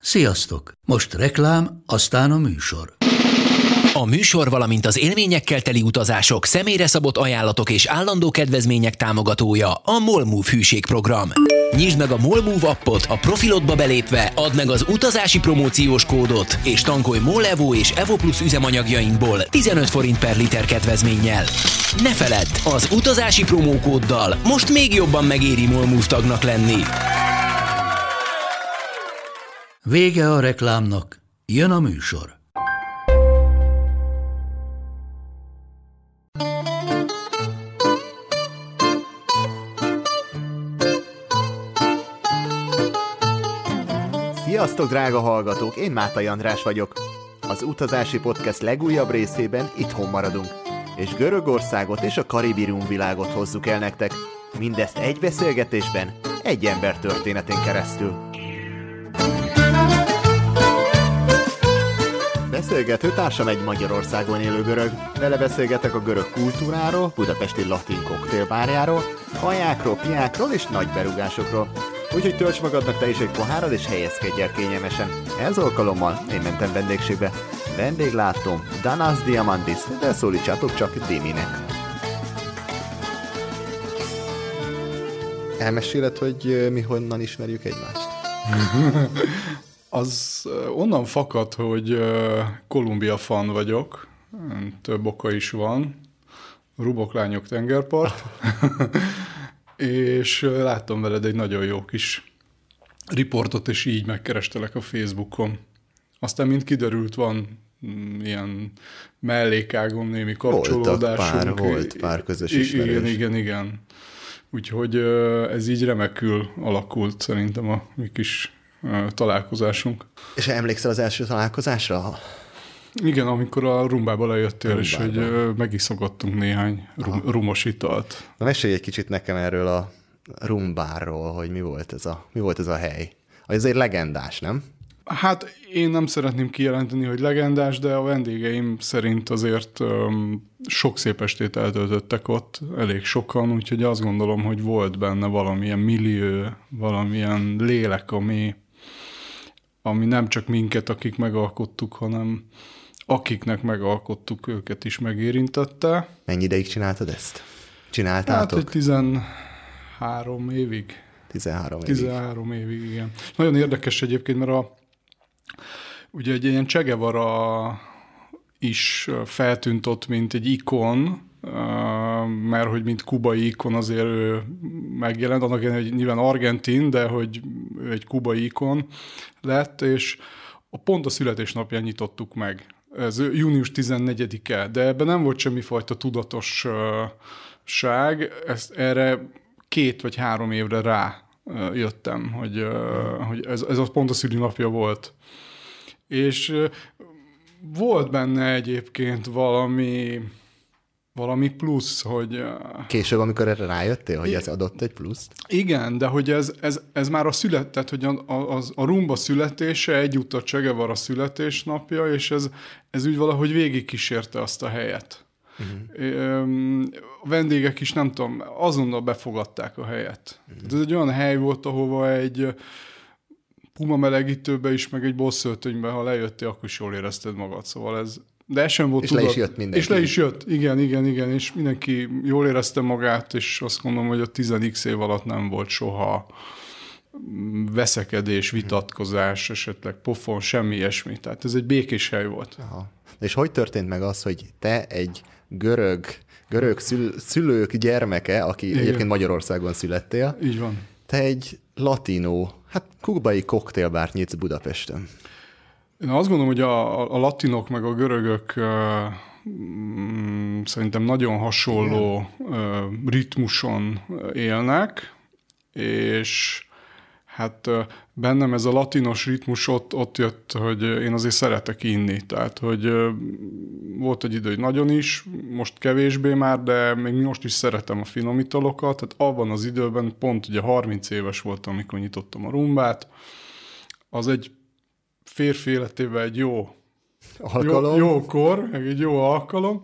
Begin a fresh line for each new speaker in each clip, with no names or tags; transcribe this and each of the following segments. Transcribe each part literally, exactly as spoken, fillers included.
Sziasztok! Most reklám, aztán a műsor.
A műsor, valamint az élményekkel teli utazások, személyre szabott ajánlatok és állandó kedvezmények támogatója a MOLMOVE hűségprogram. Nyisd meg a MOLMOVE appot, a profilodba belépve add meg az utazási promóciós kódot, és tankolj MOL Evo és Evo Plus üzemanyagjainkból tizenöt forint per liter kedvezménnyel. Ne feledd, az utazási promókóddal most még jobban megéri MOLMOVE tagnak lenni.
Vége a reklámnak, jön a műsor.
Sziasztok, drága hallgatók! Én Mátai András vagyok. Az Utazási Podcast legújabb részében itthon maradunk, és Görögországot és a Karibium világot hozzuk el nektek. Mindezt egy beszélgetésben, egy ember történetén keresztül. Beszélgető társam egy Magyarországon élő görög. Vele beszélgetek a görög kultúráról, budapesti latin koktélbárjáról, kajákról, piákról és nagy berúgásokról. Úgyhogy tölts magadnak te is egy pohárral és helyezkedj el kényelmesen. Ez alkalommal én mentem vendégségbe. Vendéglátom Danas Diamandis, de szólítsátok csak Diminek. Elmeséled, hogy mi honnan ismerjük egymást?
Az onnan fakad, hogy Kolumbia fan vagyok, több oka is van, Ruboklányok tengerpart, és láttam veled egy nagyon jó kis riportot, és így megkerestelek a Facebookon. Aztán, mint kiderült, van ilyen mellékágon némi kapcsolódásunk.
Voltak pár, volt pár közös ismerős.
Igen, igen, igen. Úgyhogy ez így remekül alakult szerintem a mi kis találkozásunk.
És emlékszel az első találkozásra?
Igen, amikor a rumbába lejöttél, Rumbába. És hogy megiszogattunk néhány rum, rumos italt.
Na, mesélj egy kicsit nekem erről a rumbáról, hogy mi volt ez a, mi volt ez a hely. Ez egy legendás, nem?
Hát én nem szeretném kijelenteni, hogy legendás, de a vendégeim szerint azért um, sok szép estét eltöltöttek ott, elég sokan, úgyhogy azt gondolom, hogy volt benne valamilyen millió, valamilyen lélek, ami, ami nem csak minket, akik megalkottuk, hanem akiknek megalkottuk, őket is megérintette.
Mennyi ideig csináltad ezt? Csináltátok?
Hát, tizenhárom évig.
tizenhárom évig.
tizenhárom évig, igen. Nagyon érdekes egyébként, mert a, ugye egy ilyen Che Guevara is feltűnt ott, mint egy ikon, mert hogy mint kubai ikon azért ő megjelent, annak ellenére, hogy nyilván argentin, de hogy ő egy kubai ikon lett, és a pont a születésnapján nyitottuk meg. Ez június tizennegyedike, de ebben nem volt semmifajta tudatosság, ezt erre két vagy három évre rá jöttem, hogy, hogy ez, ez a pont a szülinapja volt. És volt benne egyébként valami, valami plusz, hogy...
Később, amikor erre rájöttél, hogy ez adott egy pluszt?
Igen, de hogy ez, ez, ez már a szület, tehát hogy a, a, a rumba születése egyúttal Che Guevara születésnapja, és ez, ez úgy valahogy végigkísérte azt a helyet. Uh-huh. A vendégek is, nem tudom, azonnal befogadták a helyet. Uh-huh. Ez egy olyan hely volt, ahova egy puma melegítőbe is, meg egy bosszöltönybe, ha lejöttél, akkor is jól érezted magad. Szóval ez, de ez sem volt
és
tudat.
le is jött mindenki.
És le is jött, igen, igen, igen, és mindenki jól érezte magát, és azt gondolom, hogy a tíz x év alatt nem volt soha veszekedés, vitatkozás, esetleg pofon, semmi ilyesmi. Tehát ez egy békés hely volt.
Aha. És hogy történt meg az, hogy te egy görög, görög szül, szülők gyermeke, aki igen. egyébként Magyarországon születtél.
Így van.
Te egy latinó, hát kubai koktélbárt nyitsz Budapesten.
Én azt gondolom, hogy a, a latinok meg a görögök uh, mm, szerintem nagyon hasonló uh, ritmuson élnek, és hát uh, bennem ez a latinos ritmus ott, ott jött, hogy én azért szeretek inni. Tehát, hogy uh, volt egy idő, hogy nagyon is, most kevésbé már, de még most is szeretem a finom italokat. Tehát abban az időben, pont ugye harminc éves voltam, amikor nyitottam a rumbát, az egy férfi életében egy jó, jó, jó kor, meg egy jó alkalom,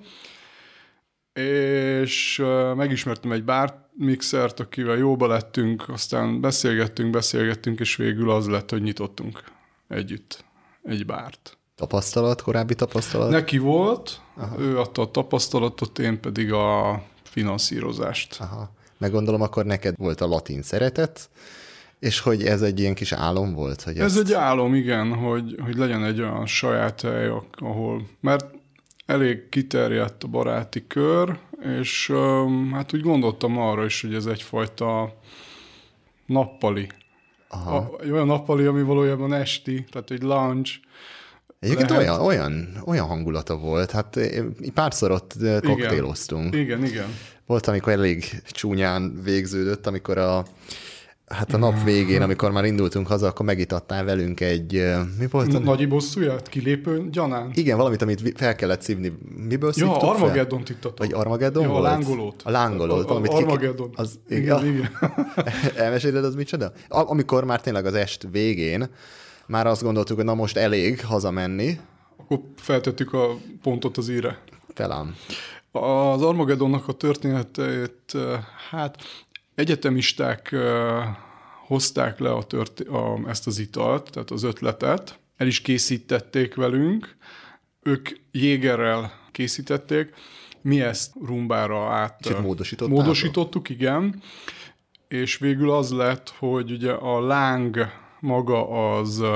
és uh, megismertem egy bármixert, akivel jóba lettünk, aztán beszélgettünk, beszélgettünk, és végül az lett, hogy nyitottunk együtt egy bárt.
Tapasztalat, korábbi tapasztalat?
Neki volt, aha. Ő adta a tapasztalatot, én pedig a finanszírozást.
Aha. Meggondolom, akkor neked volt a latin szeretet, és hogy ez egy ilyen kis álom volt? Hogy
ez
ezt...
egy álom, igen, hogy, hogy legyen egy olyan saját hely, ahol, mert elég kiterjedt a baráti kör, és um, hát úgy gondoltam arra is, hogy ez egyfajta nappali. Aha. A, olyan nappali, ami valójában esti, tehát egy lounge.
Egyébként olyan, olyan, olyan hangulata volt, hát párszor ott koktéloztunk.
Igen, igen, igen.
Volt, amikor elég csúnyán végződött, amikor a Hát a nap végén, amikor már indultunk haza, akkor megitattál velünk egy... Mi volt?
Nagyi bosszúját? Kilépő gyanán?
Igen, valamit, amit fel kellett szívni. Miből szívtuk fel?
Ja, Armageddont ittatok.
Vagy Armageddon
ja,
volt?
a lángolót.
A lángolót.
A, a, a Armageddon.
Ki... Az...
Igen, igen.
Elmeséled, az micsoda? Amikor már tényleg az est végén, már azt gondoltuk, hogy na most elég hazamenni.
Akkor feltettük a pontot az íre.
Felám.
Az Armageddonnak a történetét, hát... Egyetemisták uh, hozták le a tört- a, ezt az italt, tehát az ötletet, el is készítették velünk, ők jégerrel készítették, mi ezt rumbára át uh, módosítottuk, igen, és végül az lett, hogy ugye a láng maga az uh,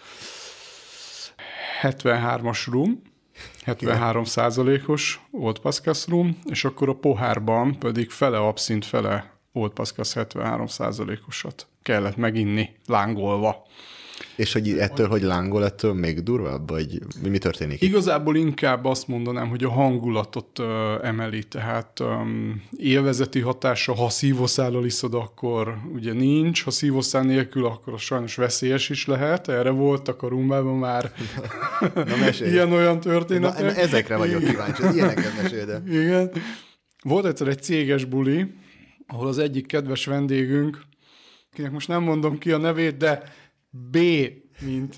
hetvenhármas rum, hetvenhárom százalékos Old Pascas rum, és akkor a pohárban pedig fele abszint, fele Old Pascas hetvenhárom százalékosat kellett meginni, lángolva.
És hogy ettől, hogy lángol, ettől még durvább? Vagy mi történik?
Igazából inkább azt mondanám, hogy a hangulatot uh, emeli, tehát um, élvezeti hatása, ha szívószállal iszod, akkor ugye nincs, ha szívószál nélkül, akkor az sajnos veszélyes is lehet. Erre voltak a rumbában már ilyen-olyan történetek.
Na, na, ezekre vagyok kíváncsi, ilyeneket meséld.
Igen. Volt egyszer egy céges buli, ahol az egyik kedves vendégünk, akinek most nem mondom ki a nevét, de B, mint,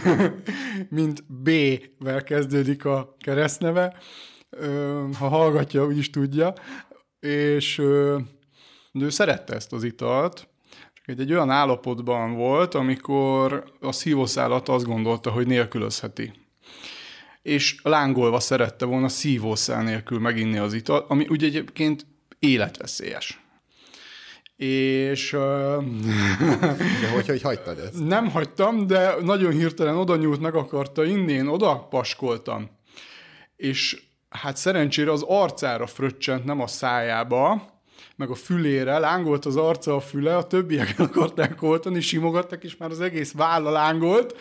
mint B-vel kezdődik a keresztneve, ha hallgatja, úgyis tudja, és ő szerette ezt az italt, csak egy, egy olyan állapotban volt, amikor a szívószálat azt gondolta, hogy nélkülözheti. És lángolva szerette volna szívószál nélkül meginni az italt, ami ugye egyébként életveszélyes. És...
De hogy, hogy hagytad ezt?
Nem hagytam, de nagyon hirtelen oda nyúlt, meg akarta inni, én oda paskoltam. És hát szerencsére az arcára fröccsent, nem a szájába, meg a fülére, lángolt az arca, a füle, a többiek el akarták oltani, simogattak, és már az egész válla lángolt.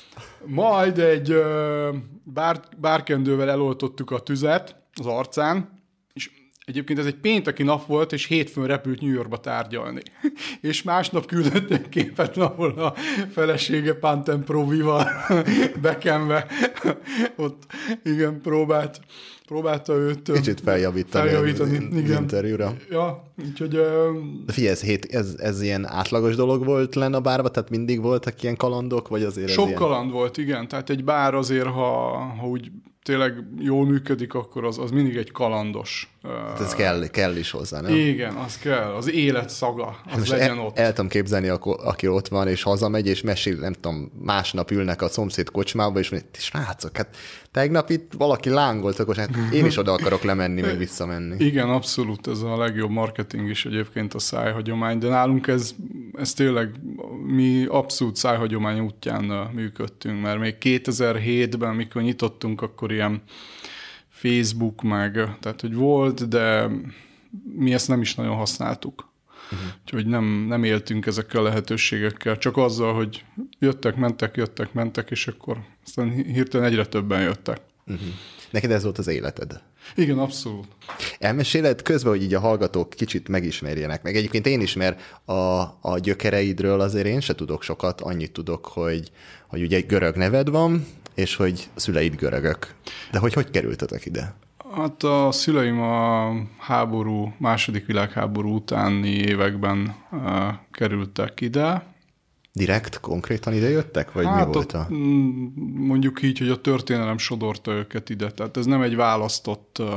Majd egy bár, bárkendővel eloltottuk a tüzet az arcán, és egyébként ez egy pénteki nap volt, és hétfőn repült New Yorkba tárgyalni. És másnap küldött egy képet, ahol a felesége Panten Provival bekenve ott igen, próbált, próbálta őt
kicsit feljavítani,
feljavítani
az
igen.
interjúra.
Ja, úgyhogy...
De figyelj, ez, ez, ez ilyen átlagos dolog volt lenne a bárban? Tehát mindig voltak ilyen kalandok, vagy azért
Sok
ilyen...
kaland volt, igen. Tehát egy bár azért, ha, ha úgy tényleg jól működik, akkor az, az mindig egy kalandos.
Hát ez kell, kell is hozzá, nem?
Igen, az kell. Az élet szaga, az
most
legyen
el,
ott.
El tudom képzelni, aki ott van, és hazamegy, és mesél, nem tudom, másnap ülnek a szomszéd kocsmába, és mondja, srácok, hát tegnap itt valaki lángolt, akkor hát én is oda akarok lemenni, meg visszamenni.
Igen, abszolút, ez a legjobb marketing is egyébként a szájhagyomány, de nálunk ez, ez tényleg, mi abszolút szájhagyomány útján működtünk, mert még kétezer-hétben, mikor nyitottunk, akkor ilyen Facebook meg, tehát hogy volt, de mi ezt nem is nagyon használtuk. Uh-huh. Úgyhogy nem, nem éltünk ezekkel a lehetőségekkel, csak azzal, hogy jöttek, mentek, jöttek, mentek, és akkor aztán hirtelen egyre többen jöttek.
Uh-huh. Neked ez volt az életed?
Igen, abszolút.
Elmeséled közben, hogy így a hallgatók kicsit megismerjenek meg. Egyébként én is, mert a, a gyökereidről azért én se tudok sokat, annyit tudok, hogy, hogy ugye egy görög neved van, és hogy szüleid görögök. De hogy hogy kerültetek ide?
Hát a szüleim a háború, második világháború utáni években uh, kerültek ide.
Direkt, konkrétan ide jöttek? Vagy
hát
mi volt a...
a... Mondjuk így, hogy a történelem sodorta őket ide. Tehát ez nem egy választott uh,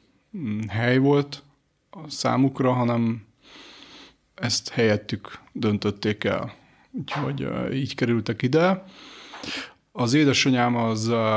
hely volt a számukra, hanem ezt helyettük döntötték el. Úgyhogy uh, így kerültek ide. Az édesanyám az uh,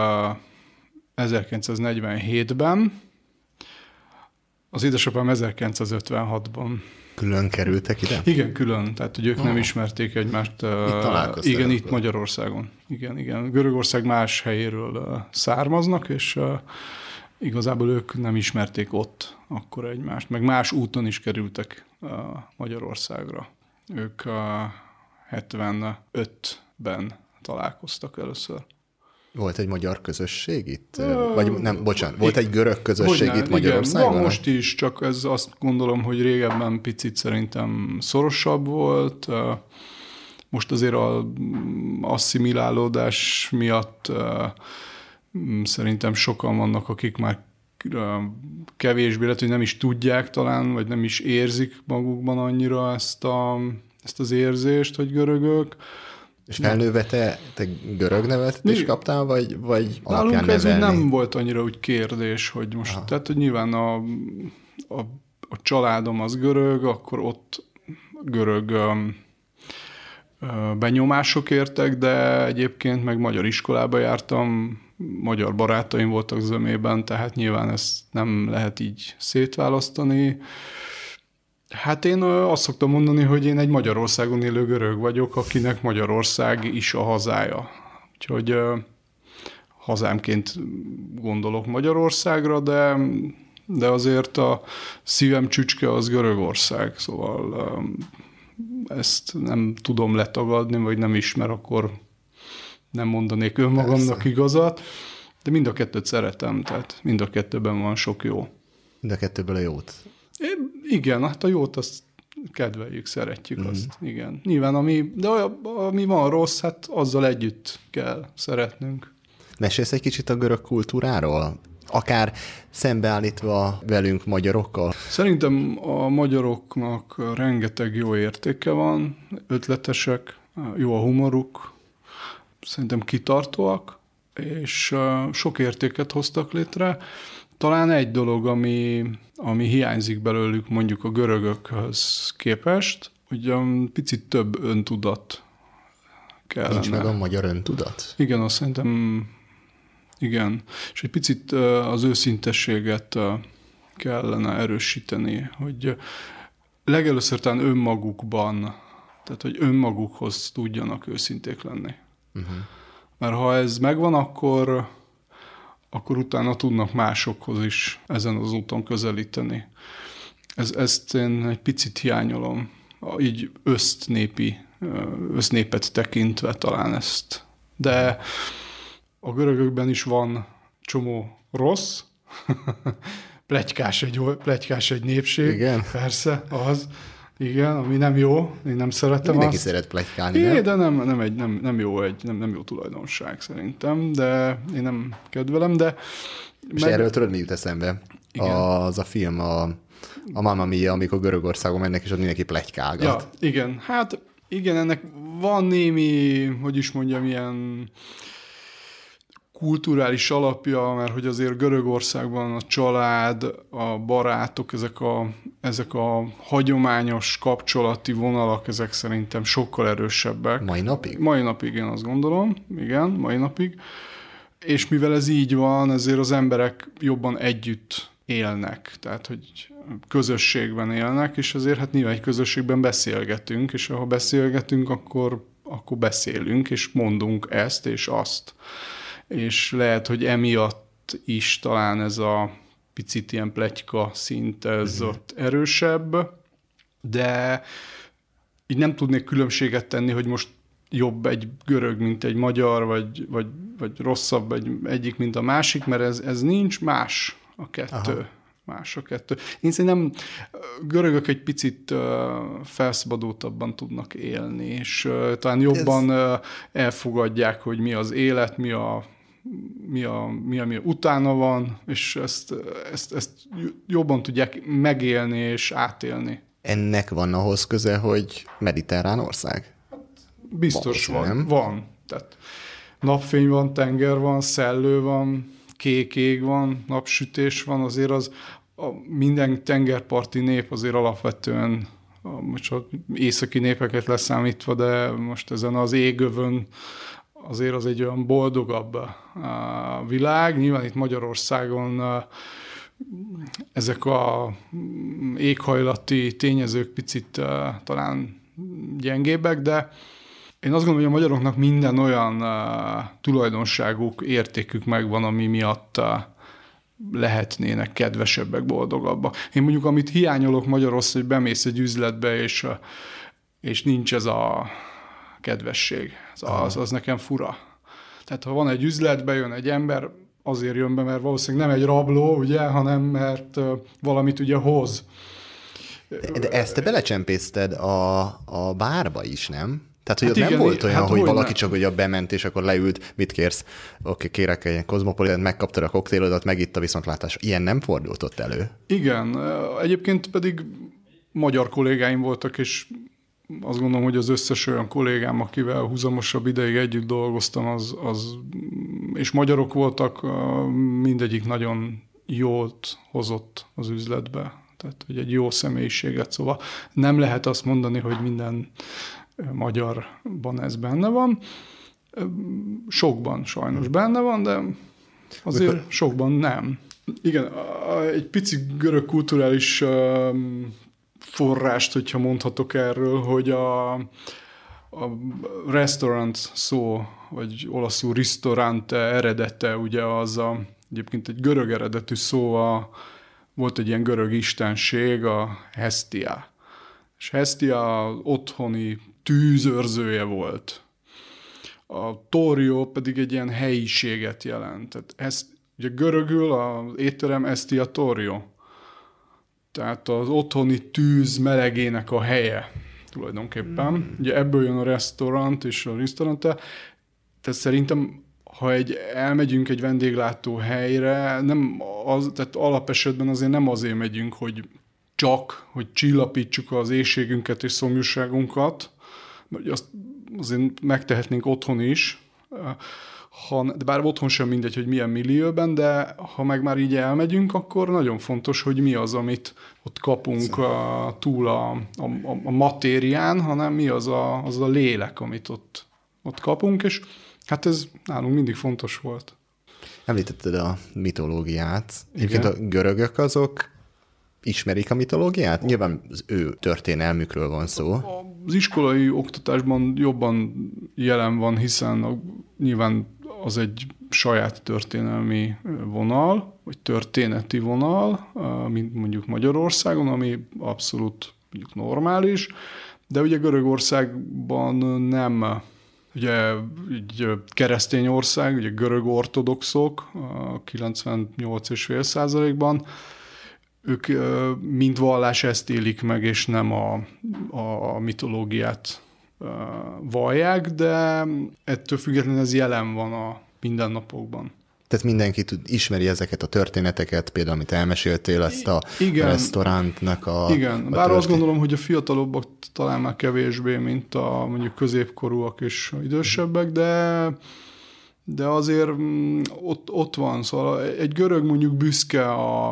ezerkilencszáznegyvenhétben, az édesapám ezerkilencszázötvenhatban.
Külön kerültek ide?
Igen, külön. Tehát, hogy ők oh. nem ismerték egymást.
Itt találkoztak.
Igen, itt Magyarországon. Igen, igen. Görögország más helyéről uh, származnak, és uh, igazából ők nem ismerték ott akkor egymást. Meg más úton is kerültek uh, Magyarországra. Ők uh, hetvenötben találkoztak először.
Volt egy magyar közösség itt? Ö, Vagy nem, bocsánat, volt egy görög közösség
hogyne,
itt Magyarországon?
Igen, van most is, csak ez azt gondolom, hogy régebben picit szerintem szorosabb volt. Most azért az asszimilálódás miatt szerintem sokan vannak, akik már kevésbé, lehet, hogy nem is tudják talán, vagy nem is érzik magukban annyira ezt, a, ezt az érzést, hogy görögök.
És felnőve te, te görög nevet is kaptál, vagy, vagy alapján
nálunk ez
nevelni?
Nem volt annyira úgy kérdés, hogy most, aha. tehát hogy nyilván a, a, a családom az görög, akkor ott görög um, benyomások értek, de egyébként meg magyar iskolába jártam, magyar barátaim voltak zömében, tehát nyilván ezt nem lehet így szétválasztani. Hát én azt szoktam mondani, hogy én egy Magyarországon élő görög vagyok, akinek Magyarország is a hazája. Úgyhogy hazámként gondolok Magyarországra, de, de azért a szívem csücske az Görögország, szóval ezt nem tudom letagadni, vagy nem is, mert akkor nem mondanék önmagamnak Persze. igazat, de mind a kettőt szeretem, tehát mind a kettőben van sok jó.
Mind a kettőből a jót.
Igen, hát a jót azt kedveljük, szeretjük mm. azt, igen. Nyilván, ami, de ami van rossz, hát azzal együtt kell szeretnünk.
Mesélsz egy kicsit a görög kultúráról? Akár szembeállítva velünk magyarokkal?
Szerintem a magyaroknak rengeteg jó értéke van, ötletesek, jó a humoruk, szerintem kitartóak, és sok értéket hoztak létre. Talán egy dolog, ami, ami hiányzik belőlük mondjuk a görögökhöz képest, hogy picit több öntudat kellene.
Nincs meg a magyar öntudat?
Igen, azt szerintem igen. És egy picit az őszintességet kellene erősíteni, hogy legelőször talán önmagukban, tehát hogy önmagukhoz tudjanak őszinték lenni. Uh-huh. Mert ha ez megvan, akkor... akkor utána tudnak másokhoz is ezen az úton közelíteni. Ez, ezt én egy picit hiányolom, így össznépi, össznépet tekintve talán ezt. De a görögökben is van csomó rossz, pletykás egy, pletykás egy népség,
igen.
Persze, az, igen, ami nem jó, én nem szeretem
Mindenki
azt.
szeret pletykálni,
é,
nem?
De nem, nem, egy, nem, nem, jó egy, nem, nem jó tulajdonság szerintem, de én nem kedvelem, de...
És meg... erről tudod, mi jut eszembe? Igen. Az a film, a, a Mamma Mia, amikor Görögországon mennek, és ott mindenki pletykálgat.
Ja, igen, hát igen, ennek van némi, hogy is mondjam, ilyen kulturális alapja, mert hogy azért Görögországban a család, a barátok, ezek a, ezek a hagyományos kapcsolati vonalak, ezek szerintem sokkal erősebbek.
Mai napig?
Mai napig, én azt gondolom. Igen, mai napig. És mivel ez így van, ezért az emberek jobban együtt élnek, tehát hogy közösségben élnek, és azért hát nyilván egy közösségben beszélgetünk, és ha beszélgetünk, akkor, akkor beszélünk, és mondunk ezt és azt. És lehet, hogy emiatt is talán ez a picit ilyen pletyka szint, ez uh-huh. ott erősebb, de így nem tudnék különbséget tenni, hogy most jobb egy görög, mint egy magyar, vagy, vagy, vagy rosszabb egy, egyik, mint a másik, mert ez, ez nincs, más a kettő. Aha. Más a kettő. Én szerintem görögök egy picit uh, felszabadultabban tudnak élni, és uh, talán jobban uh, elfogadják, hogy mi az élet, mi a mi, a, mi, a, mi a utána van, és ezt, ezt, ezt jobban tudják megélni és átélni.
Ennek van ahhoz köze, hogy mediterrán ország?
Biztos van. van. Van. Tehát napfény van, tenger van, szellő van, kék ég van, napsütés van, azért az a minden tengerparti nép azért alapvetően, most északi népeket leszámítva, de most ezen az égövön azért az egy olyan boldogabb világ. Nyilván itt Magyarországon ezek a éghajlati tényezők picit talán gyengébbek, de én azt gondolom, hogy a magyaroknak minden olyan tulajdonságuk, értékük megvan, ami miatt lehetnének kedvesebbek, boldogabbak. Én mondjuk, amit hiányolok Magyarországon, hogy bemész egy üzletbe, és, és nincs ez a kedvesség. Az, az nekem fura. Tehát ha van egy üzletbe, jön egy ember, azért jön be, mert valószínűleg nem egy rabló, ugye, hanem mert valamit ugye hoz.
De, de ezt te belecsempészted a, a bárba is, nem? Tehát, hogy hát ott igen, nem volt olyan, hát hogy valaki nem. Csak ugye bement, és akkor leült, mit kérsz? Oké, kérek egy kozmopolitát, megkaptad a koktélodat, megitt a viszontlátás. Ilyen nem fordult ott elő? Igen. Egyébként pedig magyar kollégáim voltak, és azt gondolom, hogy az összes olyan kollégám, akivel húzamosabb ideig együtt dolgoztam, az, az, és magyarok voltak, mindegyik nagyon jót hozott az üzletbe. Tehát, hogy egy jó személyiséget. Szóval nem lehet azt mondani, hogy minden magyarban ez benne van. Sokban sajnos benne van, de azért Mikor... sokban nem. Igen, egy pici görög kulturális forrást, hogyha mondhatok erről, hogy a, a restaurant szó, vagy olaszul ristorante eredete, ugye az a, egyébként egy görög eredetű szó, a, volt egy ilyen görög istenség, a Hestia. És Hestia otthoni tűzőrzője volt. A Torio pedig egy ilyen helyiséget jelent. Tehát ez, ugye görögül az étterem Estia Torio. Tehát az otthoni tűz melegének a helye tulajdonképpen. Mm. Ugye ebből jön a restaurant és a restaurante. Tehát szerintem, ha egy, elmegyünk egy vendéglátó helyre, nem az, tehát alapesetben azért nem azért megyünk, hogy csak, hogy csillapítsuk az éhségünket és szomjúságunkat, mert azt azért megtehetnénk otthon is, ha, de bár otthon sem mindegy, hogy milyen millióben, de ha meg már így elmegyünk, akkor nagyon fontos, hogy mi az, amit ott kapunk a, túl a, a, a matérián, hanem mi az a, az a lélek, amit ott, ott kapunk, és hát ez nálunk mindig fontos volt. Említetted a mitológiát. Egyébként a görögök azok ismerik a mitológiát? Nyilván az ő történelmükről van szó.
Az iskolai oktatásban jobban jelen van, hiszen a, nyilván az egy saját történelmi vonal, vagy történeti vonal, mint mondjuk Magyarországon, ami abszolút mondjuk normális, de ugye Görögországban nem, ugye egy keresztény ország, ugye görög ortodoxok, kilencvennyolc egész öt százalékban, ők mint vallás ezt élik meg, és nem a, a mitológiát vallják, de ettől függetlenül ez jelen van a mindennapokban.
Tehát mindenki tud, ismeri ezeket a történeteket, például, amit elmeséltél, ezt a igen, restaurantnak a...
Igen, a bár történet. Azt gondolom, hogy a fiatalobbak talán már kevésbé, mint a mondjuk középkorúak és idősebbek, de... de azért ott, ott van. Szóval egy görög mondjuk büszke a,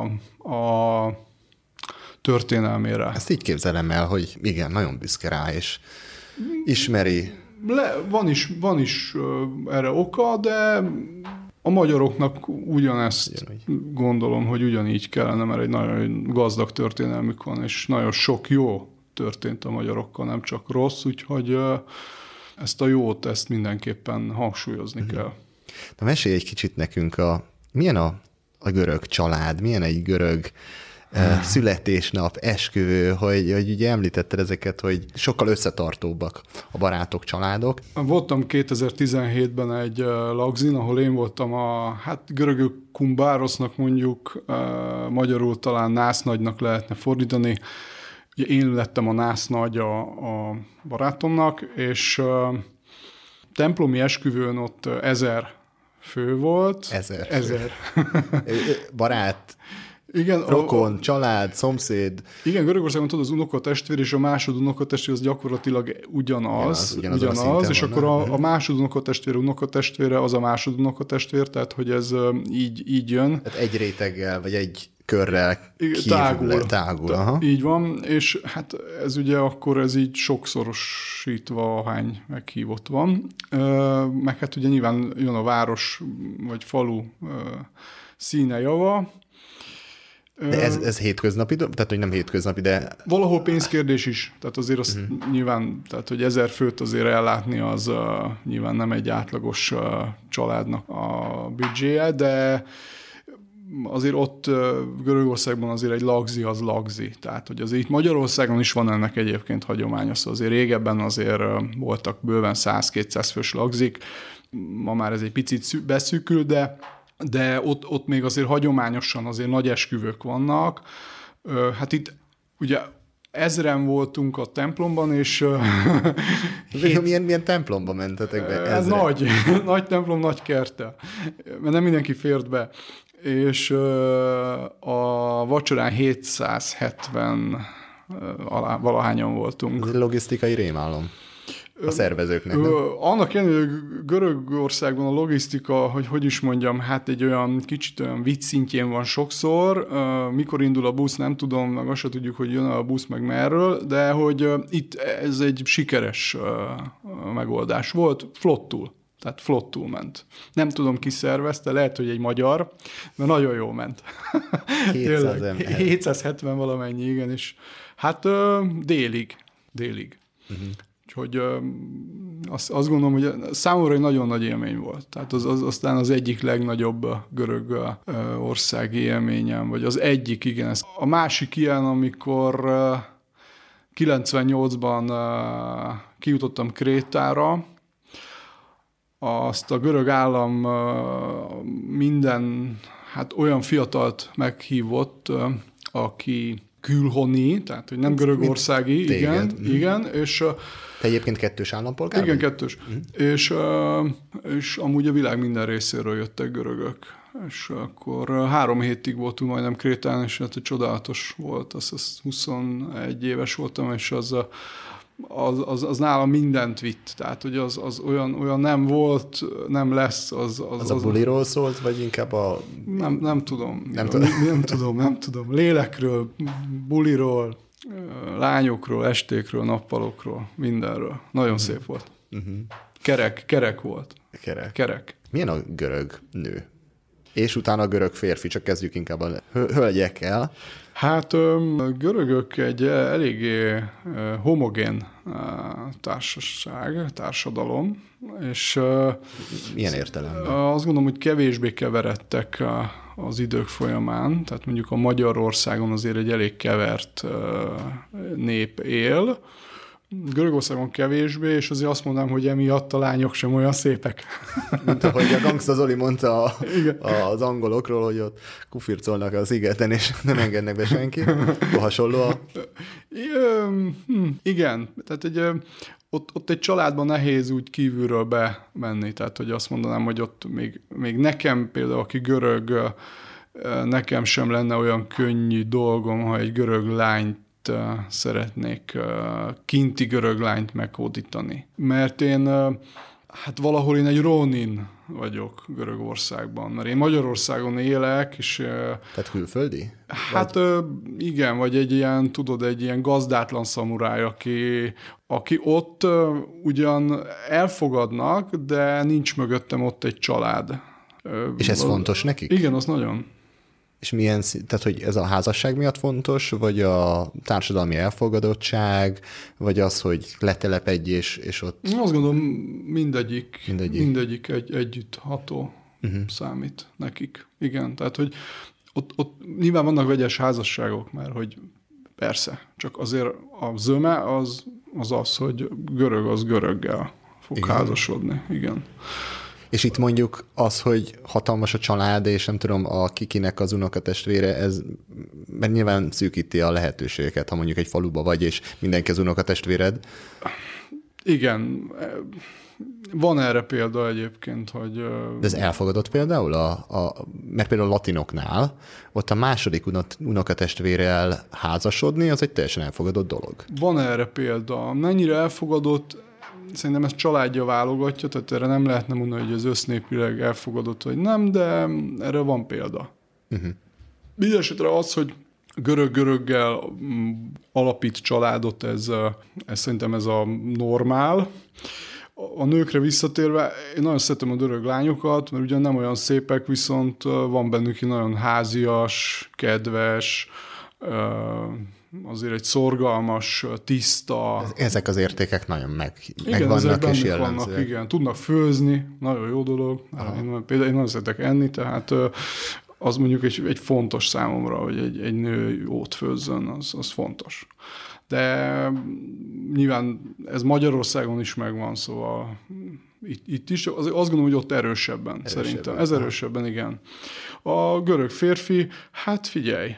a történelmére.
Ezt így képzelem el, hogy igen, nagyon büszke rá, és ismeri.
Le, van is, van is erre oka, de a magyaroknak ugyanezt ugyanúgy. Gondolom, hogy ugyanígy kellene, mert egy nagyon gazdag történelmük van, és nagyon sok jó történt a magyarokkal, nem csak rossz, úgyhogy ezt a jót, ezt mindenképpen hangsúlyozni uh-huh. kell.
Na mesélj egy kicsit nekünk, a, milyen a, a görög család, milyen egy görög uh, születésnap, esküvő, hogy, hogy ugye említetted ezeket, hogy sokkal összetartóbbak a barátok, családok.
Voltam kétezer-tizenhétben egy uh, lagzin, ahol én voltam a, hát görögök kumbárosznak mondjuk, uh, magyarul talán násznagynak lehetne fordítani. Ugye én lettem a násznagy a, a barátomnak, és uh, templomi esküvőn ott uh, ezer fő volt.
Ezer.
Ezer.
Barát
Igen,
Rokon,
a,
család, szomszéd.
Igen, Görögországban tudod, az unokatestvér és a másod unokatestvér az gyakorlatilag ugyanaz, ugyanaz, ugyanaz, ugyanaz és akkor a, a másod unokatestvér unokatestvére az a másod unokatestvér, tehát hogy ez így, így jön.
Tehát egy réteggel, vagy egy körrel kívül
tágul.
tágul aha.
Így van, és hát ez ugye akkor ez így sokszorosítva, ahány meghívott van. Meg hát ugye nyilván jön a város vagy falu színe java.
De ez, ez hétköznapi, tehát hogy nem hétköznapi, de...
Valahol pénzkérdés is, tehát azért azt uh-huh. nyilván, tehát hogy ezer főt azért ellátni, az uh, nyilván nem egy átlagos uh, családnak a büdzséje, de azért ott uh, Görögországban azért egy lagzi az lagzi, tehát hogy azért itt Magyarországon is van ennek egyébként hagyománya, szóval azért régebben azért uh, voltak bőven száz-kétszáz fős lagzik, ma már ez egy picit beszűkül, de de ott, ott még azért hagyományosan azért nagy esküvők vannak. Hát itt ugye ezren voltunk a templomban, és...
hét... milyen, milyen templomba mentetek be?
Ez nagy, nagy templom, nagy kerttel, mert nem mindenki fért be. És a vacsorán hétszázhetven valahányan voltunk.
Ez egy logisztikai rémálom a szervezőknek, nem?
Annak ellenére, hogy Görögországban a logisztika, hogy hogy is mondjam, hát egy olyan kicsit olyan vicc szintjén van sokszor. Mikor indul a busz, nem tudom, meg azt se tudjuk, hogy jön a busz, meg merről, de hogy itt ez egy sikeres megoldás volt, flottul. Tehát flottul ment. Nem tudom, ki szervezte, lehet, hogy egy magyar, de nagyon jól ment. hétszázhetven valamennyi, igen, és hát délig, délig. Uh-huh. Úgyhogy azt, azt gondolom, hogy számomra egy nagyon nagy élmény volt. Tehát az, az aztán az egyik legnagyobb görög országi élményem, vagy az egyik, igen. A másik ilyen, amikor kilencvennyolcban kijutottam Krétára, azt a görög állam minden, hát olyan fiatalt meghívott, aki külhoni, tehát hogy nem görögországi, igen, igen, igen, és...
Te egyébként kettős állampolgár?
Igen, kettős. Mm. És, és amúgy a világ minden részéről jöttek görögök. És akkor három hétig voltunk majdnem Krétán, és hát csodálatos volt. Az, az huszonegy éves voltam, és az, az, az, az nálam mindent vitt. Tehát, hogy az, az olyan, olyan nem volt, nem lesz. Az, az,
az, az a buliról szólt, vagy inkább a...
Nem, nem tudom.
Nem,
tudom. nem, nem tudom, nem tudom. Lélekről, buliról, lányokról, estékről, nappalokról, mindenről. Nagyon uh-huh. szép volt. Uh-huh. Kerek, kerek volt.
Kerek.
Kerek.
Milyen a görög nő? És utána a görög férfi, csak kezdjük inkább a hölgyekkel.
Hát a görögök egy eléggé homogén társaság, társadalom, és
milyen értelemben?
Azt gondolom, hogy kevésbé keveredtek az idők folyamán, tehát mondjuk a Magyarországon azért egy elég kevert nép él, Görögországon kevésbé, és azért azt mondanám, hogy emiatt a lányok sem olyan szépek.
Mint ahogy a Gangsta Zoli mondta a, az angolokról, hogy ott kufircolnak a szigeten, és nem engednek be senki. Hasonló a...
Igen, tehát egy, ott, ott egy családban nehéz úgy kívülről bemenni, tehát hogy azt mondanám, hogy ott még, még nekem például, aki görög, nekem sem lenne olyan könnyű dolgom, ha egy görög lányt szeretnék kinti görög lányt meghódítani. Mert én, hát valahol én egy ronin vagyok Görögországban, mert én Magyarországon élek, és...
Tehát külföldi?
Hát vagy? Igen, vagy egy ilyen, tudod, egy ilyen gazdátlan szamuráj, aki, aki ott ugyan elfogadnak, de nincs mögöttem ott egy család.
És ez fontos nekik?
Igen, az nagyon.
És milyen, tehát hogy ez a házasság miatt fontos, vagy a társadalmi elfogadottság, vagy az, hogy letelepedj, és, és ott...
Azt gondolom, mindegyik, mindegyik. mindegyik egy, együtt ható uh-huh. számít nekik. Igen, tehát hogy ott, ott nyilván vannak vegyes házasságok, mert hogy persze, csak azért a zöme az az, az hogy görög az göröggel fog igen. házasodni. Igen.
És itt mondjuk az, hogy hatalmas a család, és nem tudom, a kikinek az unokatestvére, ez mert nyilván szűkíti a lehetőségeket, ha mondjuk egy faluba vagy, és mindenki az unokatestvéred.
Igen, van erre példa egyébként, hogy...
De ez elfogadott például? A, a, mert például a latinoknál ott a második unokatestvérrel házasodni, az egy teljesen elfogadott dolog.
Van erre példa. Mennyire elfogadott, szerintem ezt családja válogatja, tehát erre nem lehetne mondani, hogy az össznépileg elfogadott, vagy nem, de erre van példa. Uh-huh. Mindenesetre az, hogy görög-göröggel alapít családot, ez, ez szerintem ez a normál. A nőkre visszatérve, én nagyon szeretem a görög lányokat, mert ugyan nem olyan szépek, viszont van bennük egy nagyon házias, kedves, azért egy szorgalmas, tiszta.
Ezek az értékek nagyon meg,
igen,
megvannak és jellemzőek.
Vannak, igen, tudnak főzni, nagyon jó dolog. Én, például én nagyon szeretek enni, tehát az mondjuk egy, egy fontos számomra, hogy egy, egy nő jót főzzön, az, az fontos. De nyilván ez Magyarországon is megvan, szóval itt, itt is, az, azt gondolom, hogy ott erősebben, erősebben szerintem. Ez erősebben, igen. A görög férfi, hát figyelj.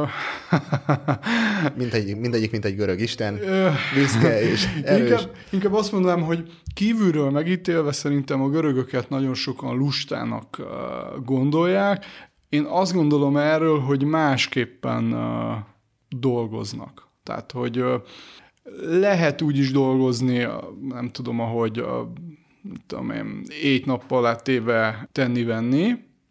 mindegyik, mindegyik, mint egy görög isten, büszke és erős.
Inkább, inkább azt mondanám, hogy kívülről megítélve szerintem a görögöket nagyon sokan lustának gondolják. Én azt gondolom erről, hogy másképpen dolgoznak. Tehát, hogy lehet úgy is dolgozni, nem tudom, ahogy tudom én, éjt-nappal átéve tenni-venni.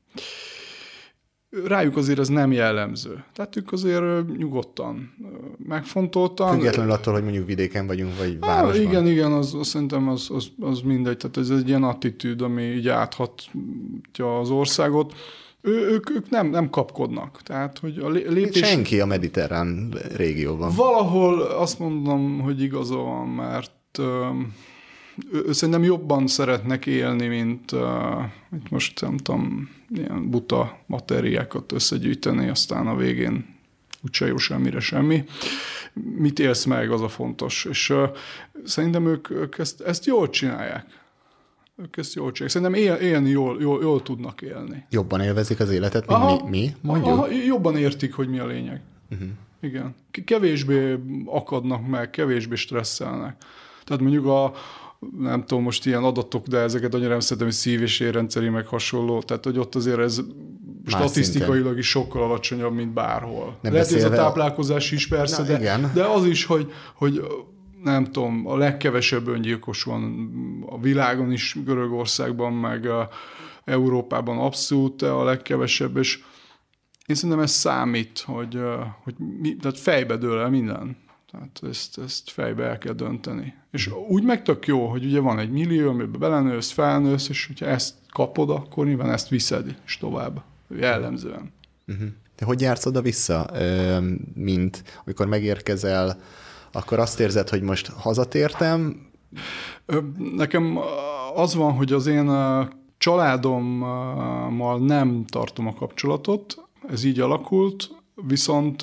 Rájuk azért ez nem jellemző. Tehát ők azért nyugodtan, megfontoltan.
Függetlenül attól, hogy mondjuk vidéken vagyunk, vagy városban.
Ah, igen, igen, az, az szerintem az, az, az mindegy. Tehát ez egy ilyen attitűd, ami így áthatja az országot. Ő, ők, ők nem, nem kapkodnak. Tehát, hogy a lépés...
Senki a mediterrán régióban.
Valahol azt mondom, hogy igaza van, mert ő, ő szerintem jobban szeretnek élni, mint, mint most nem tudom, ilyen buta materiákat összegyűjteni, aztán a végén úgyse jó semmire semmi. Mit élsz meg, az a fontos. És szerintem ők, ők ezt, ezt jól csinálják. Ők ezt jól csinálják. Szerintem él, élni jól, jól, jól tudnak élni.
Jobban élvezik az életet, mint aha, mi, mi mondjuk?
Aha, jobban értik, hogy mi a lényeg. Uh-huh. Igen. Kevésbé akadnak meg, kevésbé stresszelnek. Tehát mondjuk a, nem tudom most ilyen adatok, de ezeket annyira nem szeretem, hogy szív- és érrendszeri meg hasonló. Tehát, hogy ott azért ez más statisztikailag szinten is sokkal alacsonyabb, mint bárhol. Nem lehet, hogy ez a táplálkozás is persze, na, de, igen. de az is, hogy, hogy nem tudom, a legkevesebb öngyilkos van a világon is, Görögországban, meg Európában abszolút a legkevesebb, és én szerintem ez számít, hogy, hogy mi, tehát fejbe dől el minden. Tehát ezt, ezt fejbe el kell dönteni. És úgy meg tök jó, hogy ugye van egy millió, amiben belenősz, felnősz, és hogyha ezt kapod, akkor nyilván ezt viszed, és tovább, jellemzően.
Uh-huh. Te hogy jársz oda-vissza, mint amikor megérkezel, akkor azt érzed, hogy most hazatértem?
Nekem az van, hogy az én családommal nem tartom a kapcsolatot, ez így alakult, viszont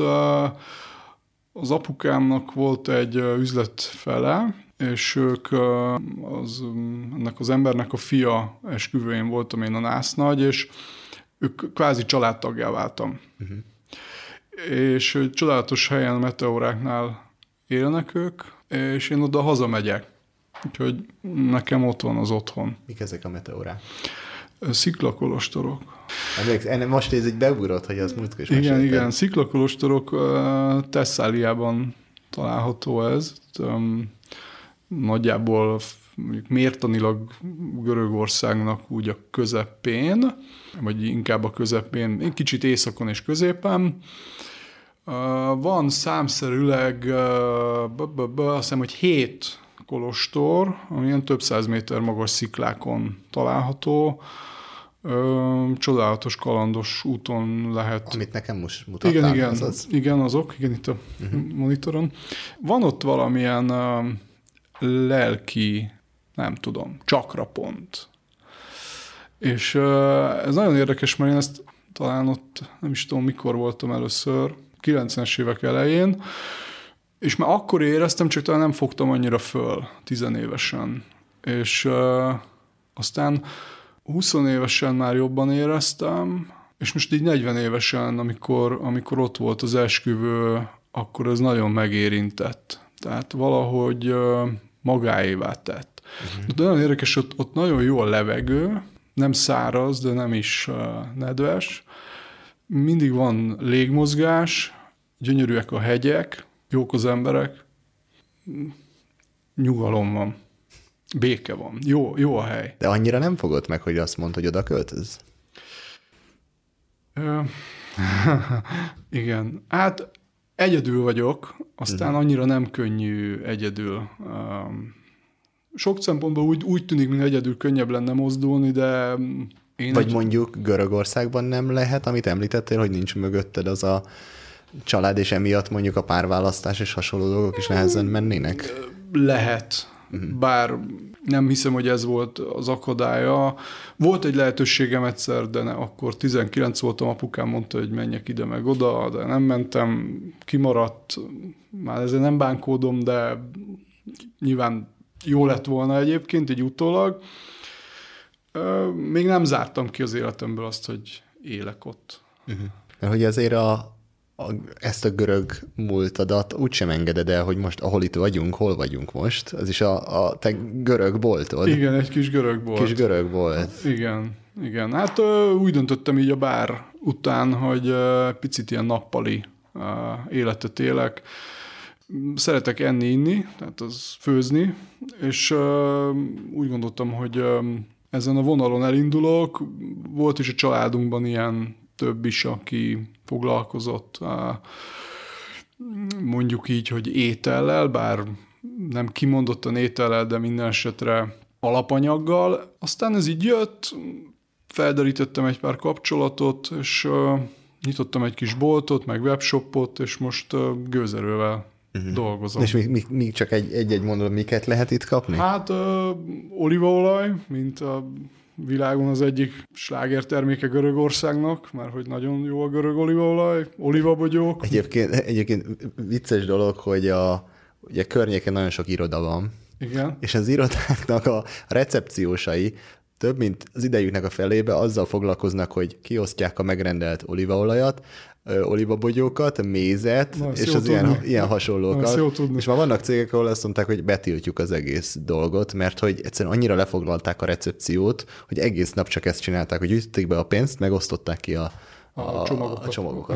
az apukámnak volt egy üzletfele, és ők az, ennek az embernek a fia esküvőjén voltam én a násznagy, és ők kvázi családtaggá váltam. Uh-huh. És csodálatos helyen, Meteoráknál élnek ők, és én oda hazamegyek. Úgyhogy nekem ott van az otthon.
Mik ezek a Meteorák?
Sziklakolostorok.
Emléksz, most ez így beugrott, hogy az múltkor is
igen,
meséltem.
igen, sziklakolostorok, Thesszáliában található ez. Nagyjából mértanilag Görögországnak úgy a közepén, vagy inkább a közepén, kicsit északon és középen. Van számszerűleg azt hiszem, hogy hét kolostor, amilyen több száz méter magas sziklákon található. Ö, csodálatos kalandos úton lehet.
Amit nekem most mutattál.
Igen, igen,
az az?
igen azok, igen, itt a uh-huh. monitoron. Van ott valamilyen uh, lelki, nem tudom, csakrapont. És uh, ez nagyon érdekes, mert én ezt talán ott, nem is tudom, mikor voltam először, kilencvenes évek elején, és már akkor éreztem, csak talán nem fogtam annyira föl, tizenévesen. És uh, aztán húsz évesen már jobban éreztem, és most így negyven évesen, amikor, amikor ott volt az esküvő, akkor ez nagyon megérintett. Tehát valahogy uh, magáévá tett. Uh-huh. De nagyon érdekes, ott, ott nagyon jó a levegő, nem száraz, de nem is uh, nedves. Mindig van légmozgás, gyönyörűek a hegyek, jók az emberek, nyugalom van, béke van, jó, jó a hely.
De annyira nem fogod meg, hogy azt mondd, hogy oda költöz?
Igen. Hát egyedül vagyok, aztán annyira nem könnyű egyedül. Sok szempontból úgy, úgy tűnik, mint egyedül könnyebb lenne mozdulni, de én...
Vagy
egy...
mondjuk Görögországban nem lehet, amit említettél, hogy nincs mögötted az a család, és emiatt mondjuk a párválasztás és hasonló dolgok is nehezen mennének?
Lehet. Bár nem hiszem, hogy ez volt az akadálya. Volt egy lehetőségem egyszer, de ne, akkor tizenkilenc voltam, apukám mondta, hogy menjek ide meg oda, de nem mentem, kimaradt. Már ezzel nem bánkódom, de nyilván jó lett volna egyébként, így utólag. Még nem zártam ki az életemből azt, hogy élek ott.
Uh-huh. Mert hogy azért a A, ezt a görög múltadat úgysem engeded el, hogy most, ahol itt vagyunk, hol vagyunk most, az is a, a te görög boltod.
Igen, egy kis görög bolt.
Kis görög bolt.
Igen, igen. Hát úgy döntöttem így a bár után, hogy picit ilyen nappali életet élek. Szeretek enni, inni, tehát az főzni, és úgy gondoltam, hogy ezen a vonalon elindulok. Volt is a családunkban ilyen több is, aki foglalkozott mondjuk így, hogy étellel, bár nem kimondottan étellel, de minden esetre alapanyaggal. Aztán ez így jött, felderítettem egy pár kapcsolatot, és nyitottam egy kis boltot, meg webshopot, és most gőzerővel uh-huh. dolgozom.
És mi, mi, mi csak egy, egy-egy mondat, miket lehet itt kapni?
Hát uh, olívaolaj, mint a világon az egyik slágerterméke Görögországnak, mert hogy nagyon jó a görög olívaolaj, olívabogyók.
Egyébként, egyébként vicces dolog, hogy a, ugye környéken nagyon sok iroda van.
Igen.
És az irodáknak a recepciósai több mint az idejüknek a felébe azzal foglalkoznak, hogy kiosztják a megrendelt olívaolajat, olívabogyókat, mézet,
na,
és az ilyen, ilyen hasonlókat. És már vannak cégek, ahol azt mondták, hogy betiltjuk az egész dolgot, mert hogy egyszerűen annyira lefoglalták a recepciót, hogy egész nap csak ezt csinálták, hogy gyűjtötték be a pénzt, megosztották ki a, a, a csomagokat. A csomagokat.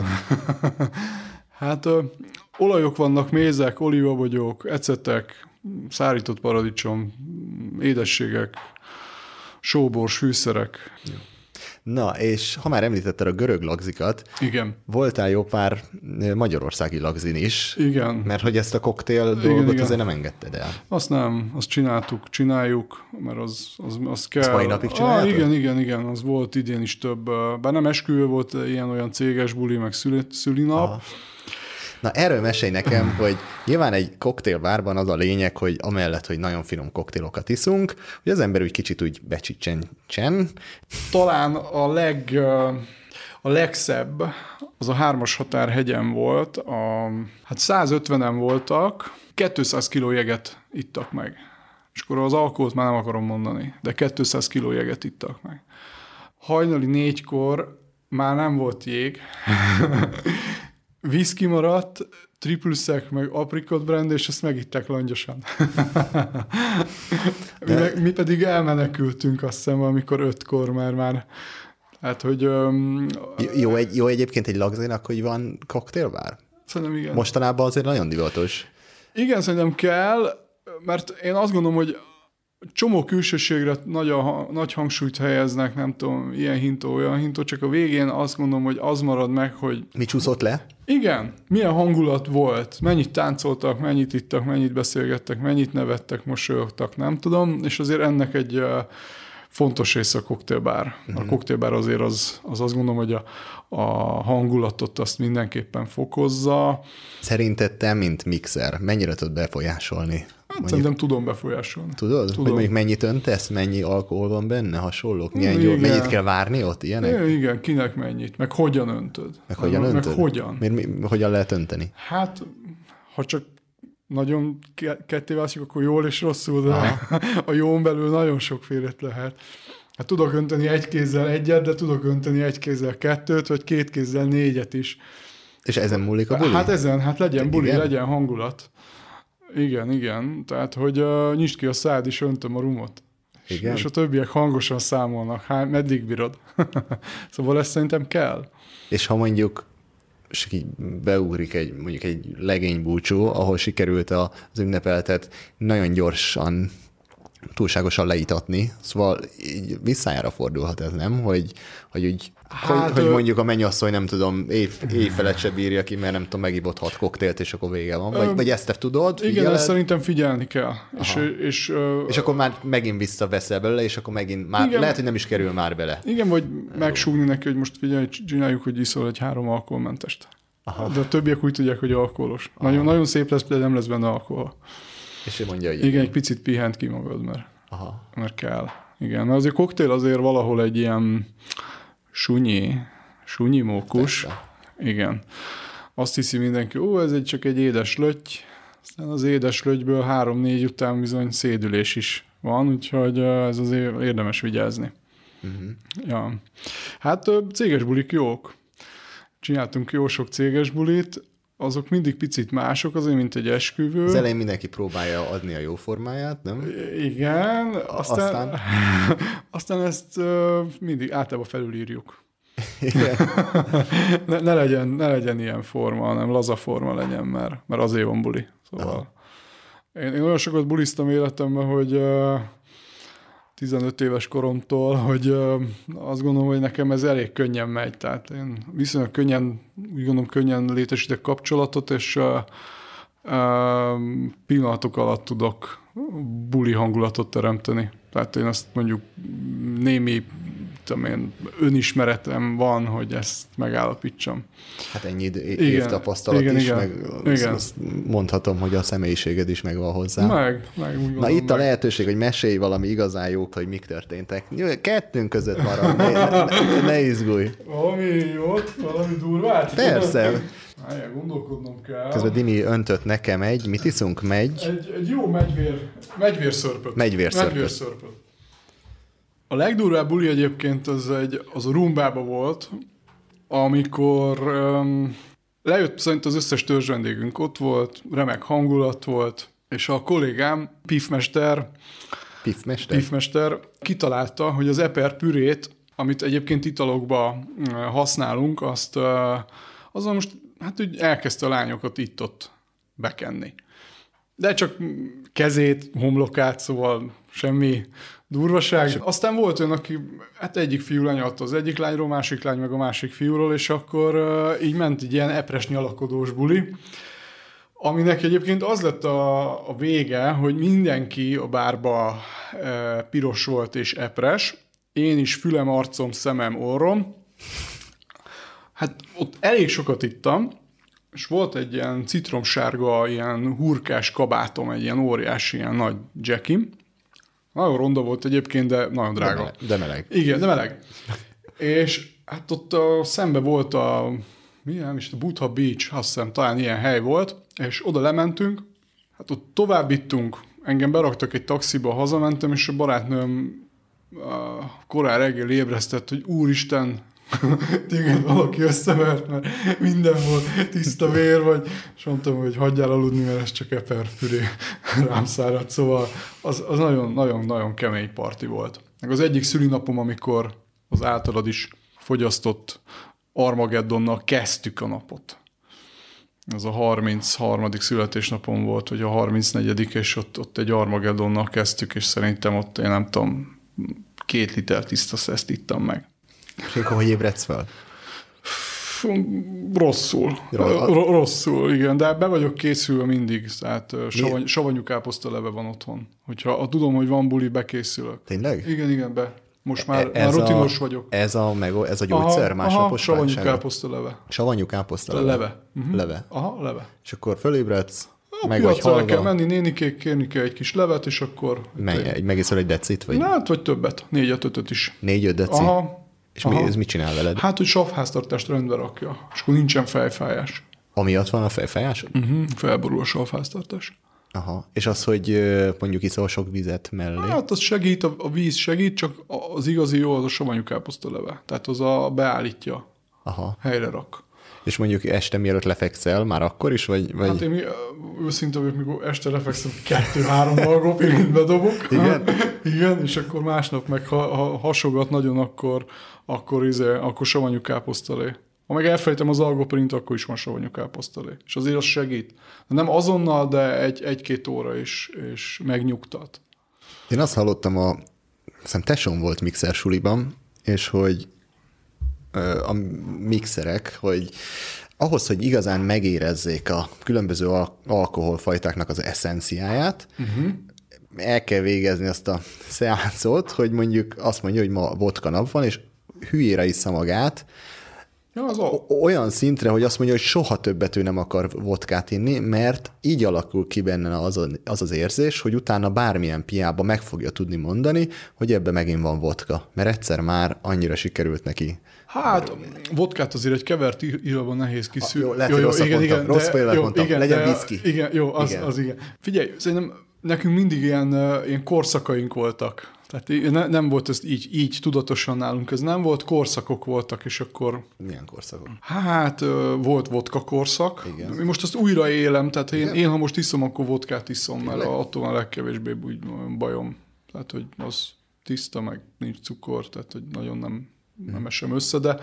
Hát ö, olajok vannak, mézek, olívabogyók, ecetek, szárított paradicsom, édességek, sóbors, fűszerek.
Na, és ha már említetted a görög lagzikat,
igen.
voltál jó pár magyarországi lagzin is.
Igen.
Mert hogy ezt a koktél dolgot igen, azért nem engedted el.
Azt nem, azt csináltuk, csináljuk, mert az, az, az kell.
Ezt mai napig csináljátok?
Ah, igen, igen, igen, az volt idén is több, bár nem esküvő volt, ilyen-olyan céges buli, meg szüli, szülinap. Aha.
Na erről mesélj nekem, hogy nyilván egy koktélbárban az a lényeg, hogy amellett, hogy nagyon finom koktélokat iszunk, hogy az ember úgy kicsit úgy becsicsentsen.
Talán a, leg, a legszebb az a hármas határhegyen volt, a, hát százötvenen voltak, kétszáz kiló jeget ittak meg. És akkor az alkoholt már nem akarom mondani, de kétszáz kiló jeget ittak meg. Hajnali négykor már nem volt jég, viszki maradt, triplüsszek, meg aprikot brand, és ezt megitták langyosan. mi, meg, mi pedig elmenekültünk, azt hiszem, amikor ötkor már már. Hát, hogy... Um,
jó, egy, jó egyébként egy lagzinak, hogy van koktélbár?
Szerintem igen.
Mostanában azért nagyon divatos.
Igen, szerintem kell, mert én azt gondolom, hogy csomó külsőségre nagy, a, nagy hangsúlyt helyeznek, nem tudom, ilyen hintó, olyan hintó, csak a végén azt gondolom, hogy az marad meg, hogy...
Mi csúszott le?
Igen. Milyen hangulat volt, mennyit táncoltak, mennyit ittak, mennyit beszélgettek, mennyit nevettek, mosolyogtak, nem tudom, és azért ennek egy uh, fontos része a koktélbár. Mm-hmm. A koktélbár azért az, az azt gondolom, hogy a, a hangulatot azt mindenképpen fokozza.
Szerinted te, mint mixer, mennyire tud befolyásolni?
Hát szerintem tudom befolyásolni.
Tudod? Tudom. Hogy mondjuk mennyit öntesz, mennyi alkohol van benne, hasonlók? Milyen gyors, mennyit kell várni ott, ilyenek?
Igen, igen, kinek mennyit, meg hogyan öntöd.
Meg hogyan meg, öntöd?
Meg hogyan.
Miért, mi, hogyan lehet önteni?
Hát, ha csak nagyon ketté választjuk, akkor jól és rosszul, de aha. A jón belül nagyon sokfélét lehet. Hát tudok önteni egy kézzel egyet, de tudok önteni egy kézzel kettőt, vagy két kézzel négyet is.
És ezen múlik a buli?
Hát ezen, hát legyen buli, igen? Legyen hangulat. Igen, igen. Tehát, hogy uh, nyisd ki a szád, és öntöm a rumot.
Igen?
És a többiek hangosan számolnak. Hát, meddig bírod? Szóval ezt szerintem kell.
És ha mondjuk és így beugrik egy, mondjuk egy legénybúcsú, ahol sikerült az ünnepeltet nagyon gyorsan, túlságosan leítatni, szóval így visszájára fordulhat ez, nem? Hogy, hogy, úgy, hát, hogy, hogy mondjuk a mennyasszony, nem tudom, év, év felett se bírja ki, mert nem tudom, megívott hat koktélt, és akkor vége van. Vagy, vagy ezt te tudod?
Figyeled? Igen, ezt szerintem figyelni kell. És, és,
és akkor már megint visszaveszel belőle, és akkor megint már igen, lehet, hogy nem is kerül már bele.
Igen, vagy megsúgni neki, hogy most figyelj, csináljuk, hogy iszol egy három alkoholmentest. Aha. De a többiek úgy tudják, hogy alkoholos. Nagyon, nagyon szép lesz, de nem lesz benne alkohol.
És ő mondja, hogy...
Igen, egy picit pihent ki magad, mert,
aha.
mert kell. Igen, mert azért koktél azért valahol egy ilyen sunyi, sunyi mókus. Persze. Igen. Azt hiszi mindenki, ó, ez egy csak egy édes lötty, aztán az édes löttyből három-négy után bizony szédülés is van, úgyhogy ez azért érdemes vigyázni. Uh-huh. Ja. Hát céges bulik jók. Csináltunk jó sok céges bulit, azok mindig picit mások, azért, mint egy esküvő.
Az elején mindenki próbálja adni a jó formáját, nem?
Igen, aztán, aztán? aztán ezt uh, mindig általában felülírjuk. ne, ne, legyen, ne legyen ilyen forma, hanem laza forma legyen, mert, mert azért van buli. Szóval én, én olyan sokat buliztam életemben, hogy uh, tizenöt éves koromtól, hogy uh, azt gondolom, hogy nekem ez elég könnyen megy. Tehát én viszonylag könnyen, úgy gondolom, könnyen létesítek kapcsolatot, és uh, uh, pillanatok alatt tudok buli hangulatot teremteni. Tehát én azt mondjuk némi tudom én, önismeretem van, hogy ezt megállapítsam.
Hát ennyi évtapasztalat is, igen, meg igen. Azt mondhatom, hogy a személyiséged is megvan hozzá.
Meg, meg úgy
Na itt meg. A lehetőség, hogy mesélj valami igazán jót, hogy mik történtek. Kettőnk között marad, ne, ne, ne izgulj.
Valami jót, valami durvát?
Persze.
Hájjá, gondolkodnom kell.
Közben Dimi öntött nekem egy, mit iszunk, megy?
Egy, egy jó megyvér, megyvérszörpöt.
Megyvérszörpöt.
Megyvérszörpöt. A legdurvább buli egyébként az, egy, az a rumbába volt, amikor um, lejött szerint az összes törzs vendégünk ott volt, remek hangulat volt, és a kollégám, Pifmester,
Pifmester?
Pifmester kitalálta, hogy az eper pürét, amit egyébként italokba használunk, azt azon most hát úgy elkezdte a lányokat itt-ott bekenni. De csak kezét, homlokát, szóval semmi durvaság. Aztán volt olyan, aki hát egyik fiú lenyalta az egyik lányról, másik lány meg a másik fiúról, és akkor uh, így ment egy ilyen epres nyalakodós buli, aminek egyébként az lett a, a vége, hogy mindenki a bárba uh, piros volt és epres, én is fülem, arcom, szemem, orrom. Hát ott elég sokat ittam, és volt egy ilyen citromsárga, ilyen hurkás kabátom, egy ilyen óriási, ilyen nagy jackim. Nagyon ronda volt egyébként, de nagyon drága.
De meleg. De meleg.
Igen, de meleg. És hát ott a, szembe volt a, milyen is, a Buddha Beach, azt hiszem, talán ilyen hely volt, és oda lementünk, hát ott tovább ittunk, engem beraktak egy taxiba, hazamentem, és a barátnőm a korán reggel ébresztett, hogy úristen, téged valaki összevert, mert minden volt tiszta vér, vagy, és mondtam, hogy hagyjál aludni, mert ez csak eperpüré rám száradt, szóval az, az nagyon, nagyon, nagyon kemény parti volt. Meg az egyik szülinapom, amikor az általad is fogyasztott Armageddonnal kezdtük a napot. Ez a harmincharmadik születésnapom volt, vagy a harmincnegyedik és ott, ott egy Armageddonnal kezdtük, és szerintem ott én nem tudom, két liter tiszta szeszt ittam meg.
És akkor hogy ébredsz fel?
Rosszul. R- rosszul, igen, de be vagyok készülve mindig, tehát savany, savanyú káposztaleve van otthon. Hogyha ha tudom, hogy van buli, bekészülök.
Tényleg?
Igen, igen, be. Most már, már rutinos
a,
vagyok.
Ez a, meg, ez a gyógyszer
aha,
másnapos
aha, savanyú káposztaleve.
Savanyú káposztaleve?
Leve. Uh-huh.
Leve.
Aha, leve.
És akkor fölébredsz,
a
meg vagy halva.
kell menni, nénikék, kérni kell egy kis levet, és akkor...
Menj, egy, megiszol egy decit? Vagy?
Na, hát vagy többet. Négyet, ötöt is.
Négy-öt deci?
Aha.
És mi, ez mit csinál veled?
Hát, hogy savháztartást rendbe rakja, és akkor nincsen fejfájás.
Amiatt van a fejfájásod?
Uh-huh. Felborul a savháztartás.
Aha. És az, hogy mondjuk iszol sok vizet mellé?
Hát az segít, a, a víz segít, csak az igazi jó az a savanyú káposztaleve. Tehát az a beállítja,
aha.
helyre rak.
És mondjuk este mielőtt lefekszel, már akkor is, vagy... vagy...
Hát én őszinte vagyok, mikor este lefekszem, kettő-három algopirint bedobok.
Igen?
Igen, és akkor másnap meg ha, ha hasogat nagyon, akkor, akkor, izé, akkor savanyú káposztalé. Ha meg elfelejtem az algopirint, akkor is van savanyú káposztalé. És azért az segít. De nem azonnal, de egy, egy-két óra is, és megnyugtat.
Én azt hallottam, a, hiszem tesóm volt mixer suliban, és hogy a mixerek, hogy ahhoz, hogy igazán megérezzék a különböző al- alkoholfajtáknak az eszenciáját, uh-huh. el kell végezni azt a szeánszot, hogy mondjuk azt mondja, hogy ma vodka nap van, és hülyére issza magát,
ja, az a...
olyan szintre, hogy azt mondja, hogy soha többet ő nem akar vodkát inni, mert így alakul ki benne az, a, az az érzés, hogy utána bármilyen piába meg fogja tudni mondani, hogy ebbe megint van vodka, mert egyszer már annyira sikerült neki.
Hát, vodkát azért egy kevert illaban nehéz kiszűrni.
Jó, lehet, hogy rosszat
igen,
mondtam,
igen,
rossz példát mondtam,
igen,
legyen
de,
viszki.
Igen, jó, az
igen.
az igen. Figyelj, szerintem nekünk mindig ilyen, ilyen korszakaink voltak. Tehát ne, nem volt ez így, így tudatosan nálunk, ez nem volt, korszakok voltak, és akkor...
Milyen korszakok?
Hát volt vodka korszak.
Igen.
Én most azt újra élem, tehát én, én ha most iszom, akkor vodkát iszom, mert attól van a legkevésbé úgy bajom. Tehát, hogy az tiszta, meg nincs cukor, tehát, hogy nagyon nem, nem esem össze, de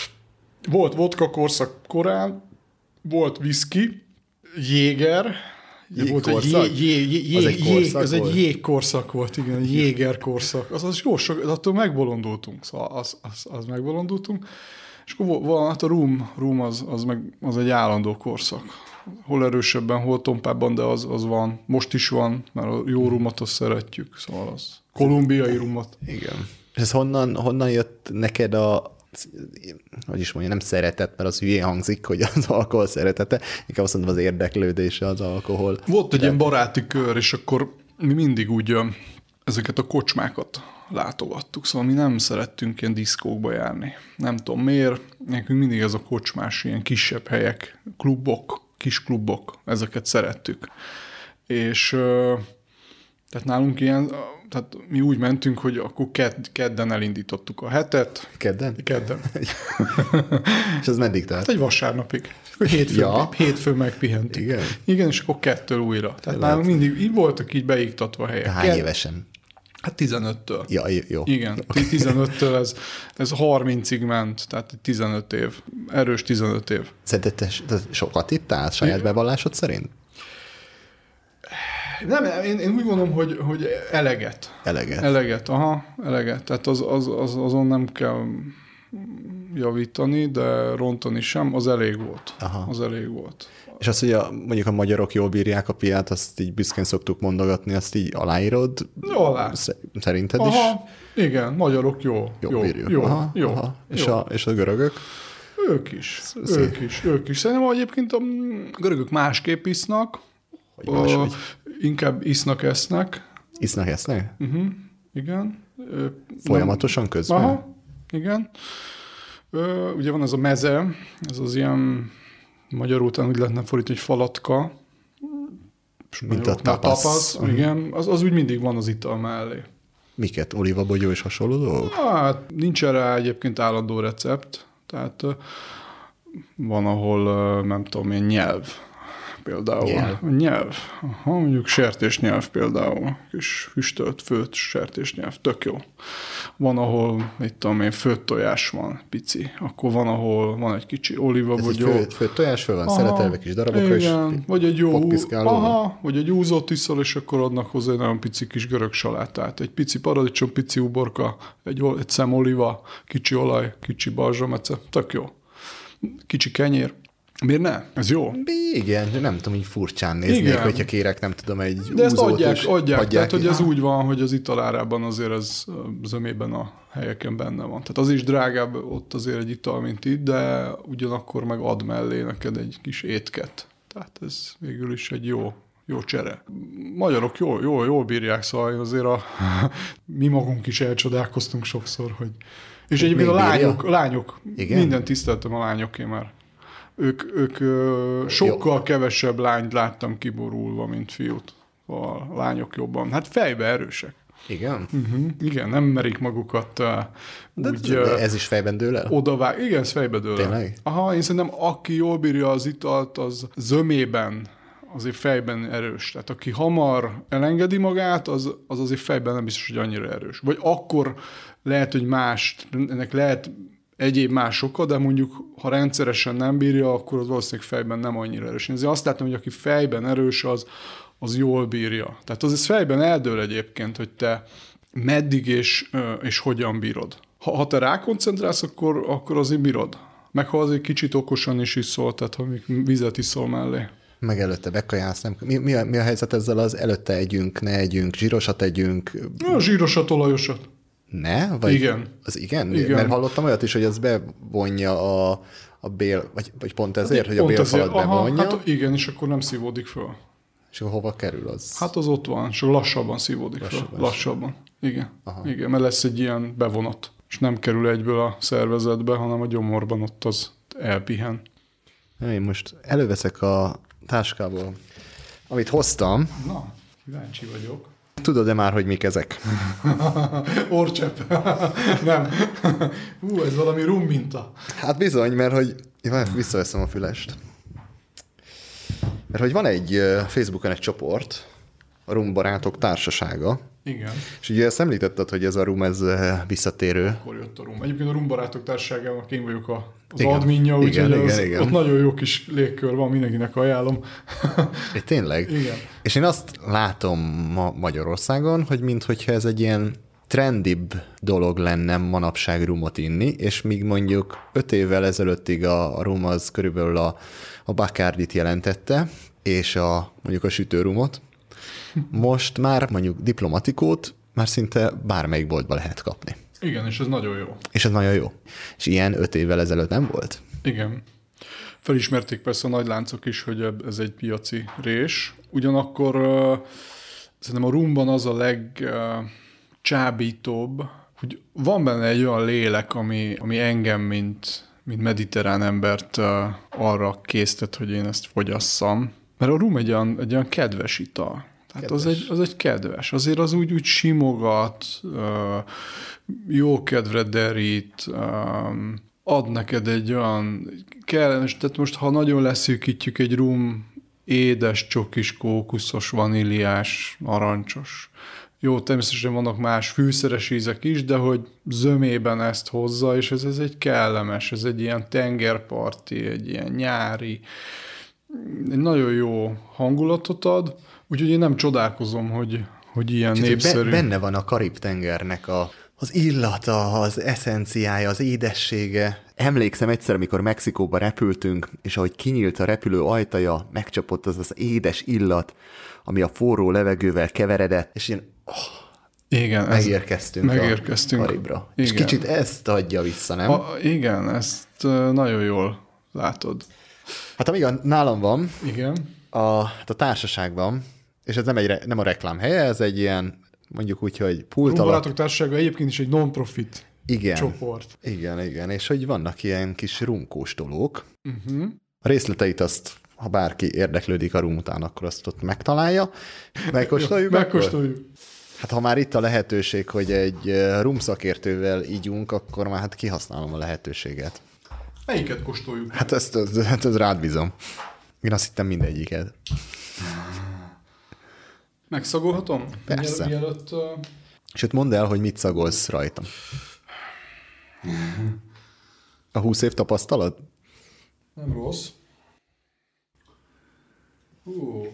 volt vodka korszak korán, volt whisky, Jéger, volt egy jé, jé, jé, jé,
az egy
jé, ez
volt?
egy jégkorszak volt, igen, egy Jéger korszak. Az, az jó sok, attól megbolondultunk, szóval az, az, az megbolondultunk. És akkor van, hát a rum, rum az, az, meg, az egy állandó korszak. Hol erősebben, hol tompábban, de az, az van. Most is van, mert a jó rumot azt szeretjük, szóval az kolumbiai rumot.
Igen. És ez honnan, honnan jött neked a, hogy is mondja, nem szeretet, mert az hülyén hangzik, hogy az alkohol szeretete, inkább azt mondom az érdeklődése az alkohol.
Volt egy ilyen baráti kör, és akkor mi mindig úgy ezeket a kocsmákat látogattuk, szóval mi nem szerettünk ilyen diszkókba járni. Nem tudom miért, nekünk mindig ez a kocsmás, ilyen kisebb helyek, klubok, kis klubok, ezeket szerettük. És tehát nálunk ilyen, tehát mi úgy mentünk, hogy akkor kedd, kedden elindítottuk a hetet.
Kedden?
Kedden.
És az meddig tart?
Hát egy vasárnapig. Hétfőn,
ja.
hétfőn megpihentünk.
Igen?
Igen, és akkor kettől újra. Tehát nálunk mindig így voltak így beiktatva a helyek.
Hány Ked... évesen?
Hát tizenöttől.
Ja, jó.
Igen, tizenöttől ez, ez harmincig ment, tehát tizenöt év. Erős tizenöt év.
Szerinted te, te sokat ittál saját bevallásod szerint?
Nem, én, én úgy gondolom, hogy, hogy eleget.
Eleget.
Eleget, aha, eleget. Tehát az, az, az, azon nem kell javítani, de rontani sem, az elég volt. Aha. Az elég volt.
És azt, hogy a, mondjuk a magyarok jól bírják a piát, azt így büszkén szoktuk mondogatni, azt így aláírod?
Alá.
Szerinted
aha,
is?
Igen, magyarok jó.
Jó,
jó,
bírjuk.
jó,
aha,
jó,
aha.
jó.
És, a, és a görögök?
Ők is, Szép. ők is, ők is. Szerintem egyébként a görögök másképp isznak,
hogy más,
a,
hogy?
Inkább isznak, esznek.
Isznak, esznek?
Uh-huh. Igen.
Folyamatosan közben?
Aha, igen. Ö, ugye van ez a meze, ez az ilyen magyarul után úgy lehetne fordítani, hogy falatka.
Mint a tapasz.
tapasz uh-huh. Igen, az, az úgy mindig van az ital mellé.
Miket? Olívabogyó és hasonló dolgok?
Hát nincs erre egyébként állandó recept. Tehát van, ahol nem tudom én, nyelv. Például.
Nyelv.
A nyelv. Aha, mondjuk sertésnyelv például. Kis füstölt, főtt sertésnyelv. Tök jó. Van, ahol, mit tudom én, főtt tojás van, pici. Akkor van, ahol van egy kicsi olívabogyó.
Ez egy főtt, főtt tojás, föl van aha, szeretelve kis darabokra,
igen, és vagy egy jó,
aha,
vagy egy úzott iszol, és akkor adnak hozzá egy nagyon pici kis görög salátát. Egy pici paradicsom, pici uborka, egy, egy szem oliva, kicsi olaj, kicsi balzsamece. Tök jó. Kicsi kenyér. Miért ne? Ez jó.
Igen, nem tudom, így furcsán néznék, igen. Hogyha kérek, nem tudom, egy
de ezt adják, adják, adják. Tehát,
ki.
hogy ez úgy van, hogy az italárában azért ez zömében a helyeken benne van. Tehát az is drágább ott azért egy ital, mint itt, de ugyanakkor meg ad mellé neked egy kis étket. Tehát ez végül is egy jó, jó csere. Magyarok jól, jól, jól bírják, szóval azért a, mi magunk is elcsodálkoztunk sokszor, hogy... És hogy egyébként a lányok, lányok minden tiszteltem a lányoké már. Ők, ők ö, sokkal Jó. kevesebb lányt láttam kiborulva, mint fiút. A lányok jobban. Hát fejbe erősek.
Igen?
Uh-huh. Igen, nem merik magukat uh,
de,
úgy...
De ez is fejben dől el?
Odavág. Igen, ez fejbe dől el.
Tényleg?
Aha, én szerintem aki jól bírja az italt, az zömében azért fejben erős. Tehát aki hamar elengedi magát, az, az azért fejben nem biztos, hogy annyira erős. Vagy akkor lehet, hogy más, ennek lehet egyéb más oka, de mondjuk, ha rendszeresen nem bírja, akkor az valószínűleg fejben nem annyira erős. Én azért azt látom, hogy aki fejben erős, az, az jól bírja. Tehát az ez fejben eldől egyébként, hogy te meddig és, és hogyan bírod. Ha, ha te rákoncentrálsz, akkor, akkor azért bírod. Meg ha azért kicsit okosan is iszol, tehát ha még vizet iszol mellé.
Meg előtte bekajálsz, nem? Mi, mi, a, mi a helyzet ezzel az előtte együnk, ne együnk, zsírosat együnk?
A zsírosat, olajosat.
Ne? Vagy
igen.
Az igen?
igen?
Mert hallottam olyat is, hogy az bevonja a, a bél, vagy, vagy pont ezért, hát, hogy
pont
a bélfalat
ezért,
bevonja.
Aha, hát igen, és akkor nem szívódik föl.
És hova kerül az?
Hát az ott van, és lassabban szívódik lassabban föl. Lassabban. Igen. Igen, mert lesz egy ilyen bevonat. És nem kerül egyből a szervezetbe, hanem a gyomorban ott az elpihen.
Én most előveszek a táskából, amit hoztam.
Na, kíváncsi vagyok.
Tudod-e már, hogy mik ezek?
Orcsepp. Nem. Hú, ez valami rum minta.
Hát bizony, mert hogy... Ja, visszaveszem a fülest. Mert hogy van egy Facebookon egy csoport, a Rum Barátok Társasága.
Igen.
És ugye ezt említetted, hogy ez a rum, ez visszatérő.
Akkor jött a rum. Egyébként a Rum Barátok Társaságának én vagyok a, az
igen.
adminja, úgyhogy az,
igen.
ott nagyon jó kis légkör van, mindenkinek ajánlom.
É, tényleg?
Igen.
És én azt látom ma Magyarországon, hogy minthogyha ez egy ilyen trendibb dolog lenne manapság rumot inni, és míg mondjuk öt évvel ezelőttig a, a rum az körülbelül a, a Bacardit jelentette, és a, mondjuk a sütőrumot, most már mondjuk diplomatikót már szinte bármelyik boltba lehet kapni.
Igen, és ez nagyon jó. És
ez nagyon jó. És ilyen öt évvel ezelőtt nem volt?
Igen. Felismerték persze a nagy láncok is, hogy ez egy piaci rés. Ugyanakkor uh, szerintem a rumban az a legcsábítóbb, uh, hogy van benne egy olyan lélek, ami, ami engem, mint, mint mediterrán embert uh, arra késztet, hogy én ezt fogyasszam. Mert a rum egy olyan, egy olyan kedves ital. Tehát az egy, az egy kedves. Azért az úgy, úgy simogat, uh, jó kedvre derít, um, ad neked egy olyan kellemes, tehát most ha nagyon leszűkítjük egy rum, édes, csokis, kókuszos, vaníliás, narancsos. Jó, természetesen vannak más fűszeres ízek is, de hogy zömében ezt hozza, és ez, ez egy kellemes, ez egy ilyen tengerparti, egy ilyen nyári, egy nagyon jó hangulatot ad, úgyhogy én nem csodálkozom, hogy, hogy ilyen
Csit,
népszerű.
Benne van a Karib-tengernek a, az illata, az eszenciája, az édessége. Emlékszem egyszer, amikor Mexikóba repültünk, és ahogy kinyílt a repülő ajtaja, megcsapott az az édes illat, ami a forró levegővel keveredett, és ilyen oh,
igen,
megérkeztünk,
megérkeztünk
a Karibra.
Igen.
És kicsit ezt adja vissza, nem?
A, igen, ezt nagyon jól látod.
Hát amíg a, nálam van,
igen.
A, a társaságban, és ez nem, egy, nem a reklám helye, ez egy ilyen, mondjuk úgy, hogy pult alatt.
Rumbarátok Társasága egyébként is egy non-profit
igen,
csoport.
Igen, igen, és hogy vannak ilyen kis rumkóstolók.
Uh-huh.
A részleteit azt, ha bárki érdeklődik a rum után, akkor azt ott megtalálja. Megkóstoljuk?
Megkóstoljuk.
Hát ha már itt a lehetőség, hogy egy rumszakértővel ígyunk, akkor már hát kihasználom a lehetőséget.
Melyiket kóstoljuk?
Hát ezt, ezt, ezt, ezt rád bízom. Én azt hittem mindegyiket.
Megszagolhatom?
Persze.
Mielőtt, uh...
És ott mondd el, hogy mit szagolsz rajtam. A húsz év tapasztalat?
Nem rossz. Uh.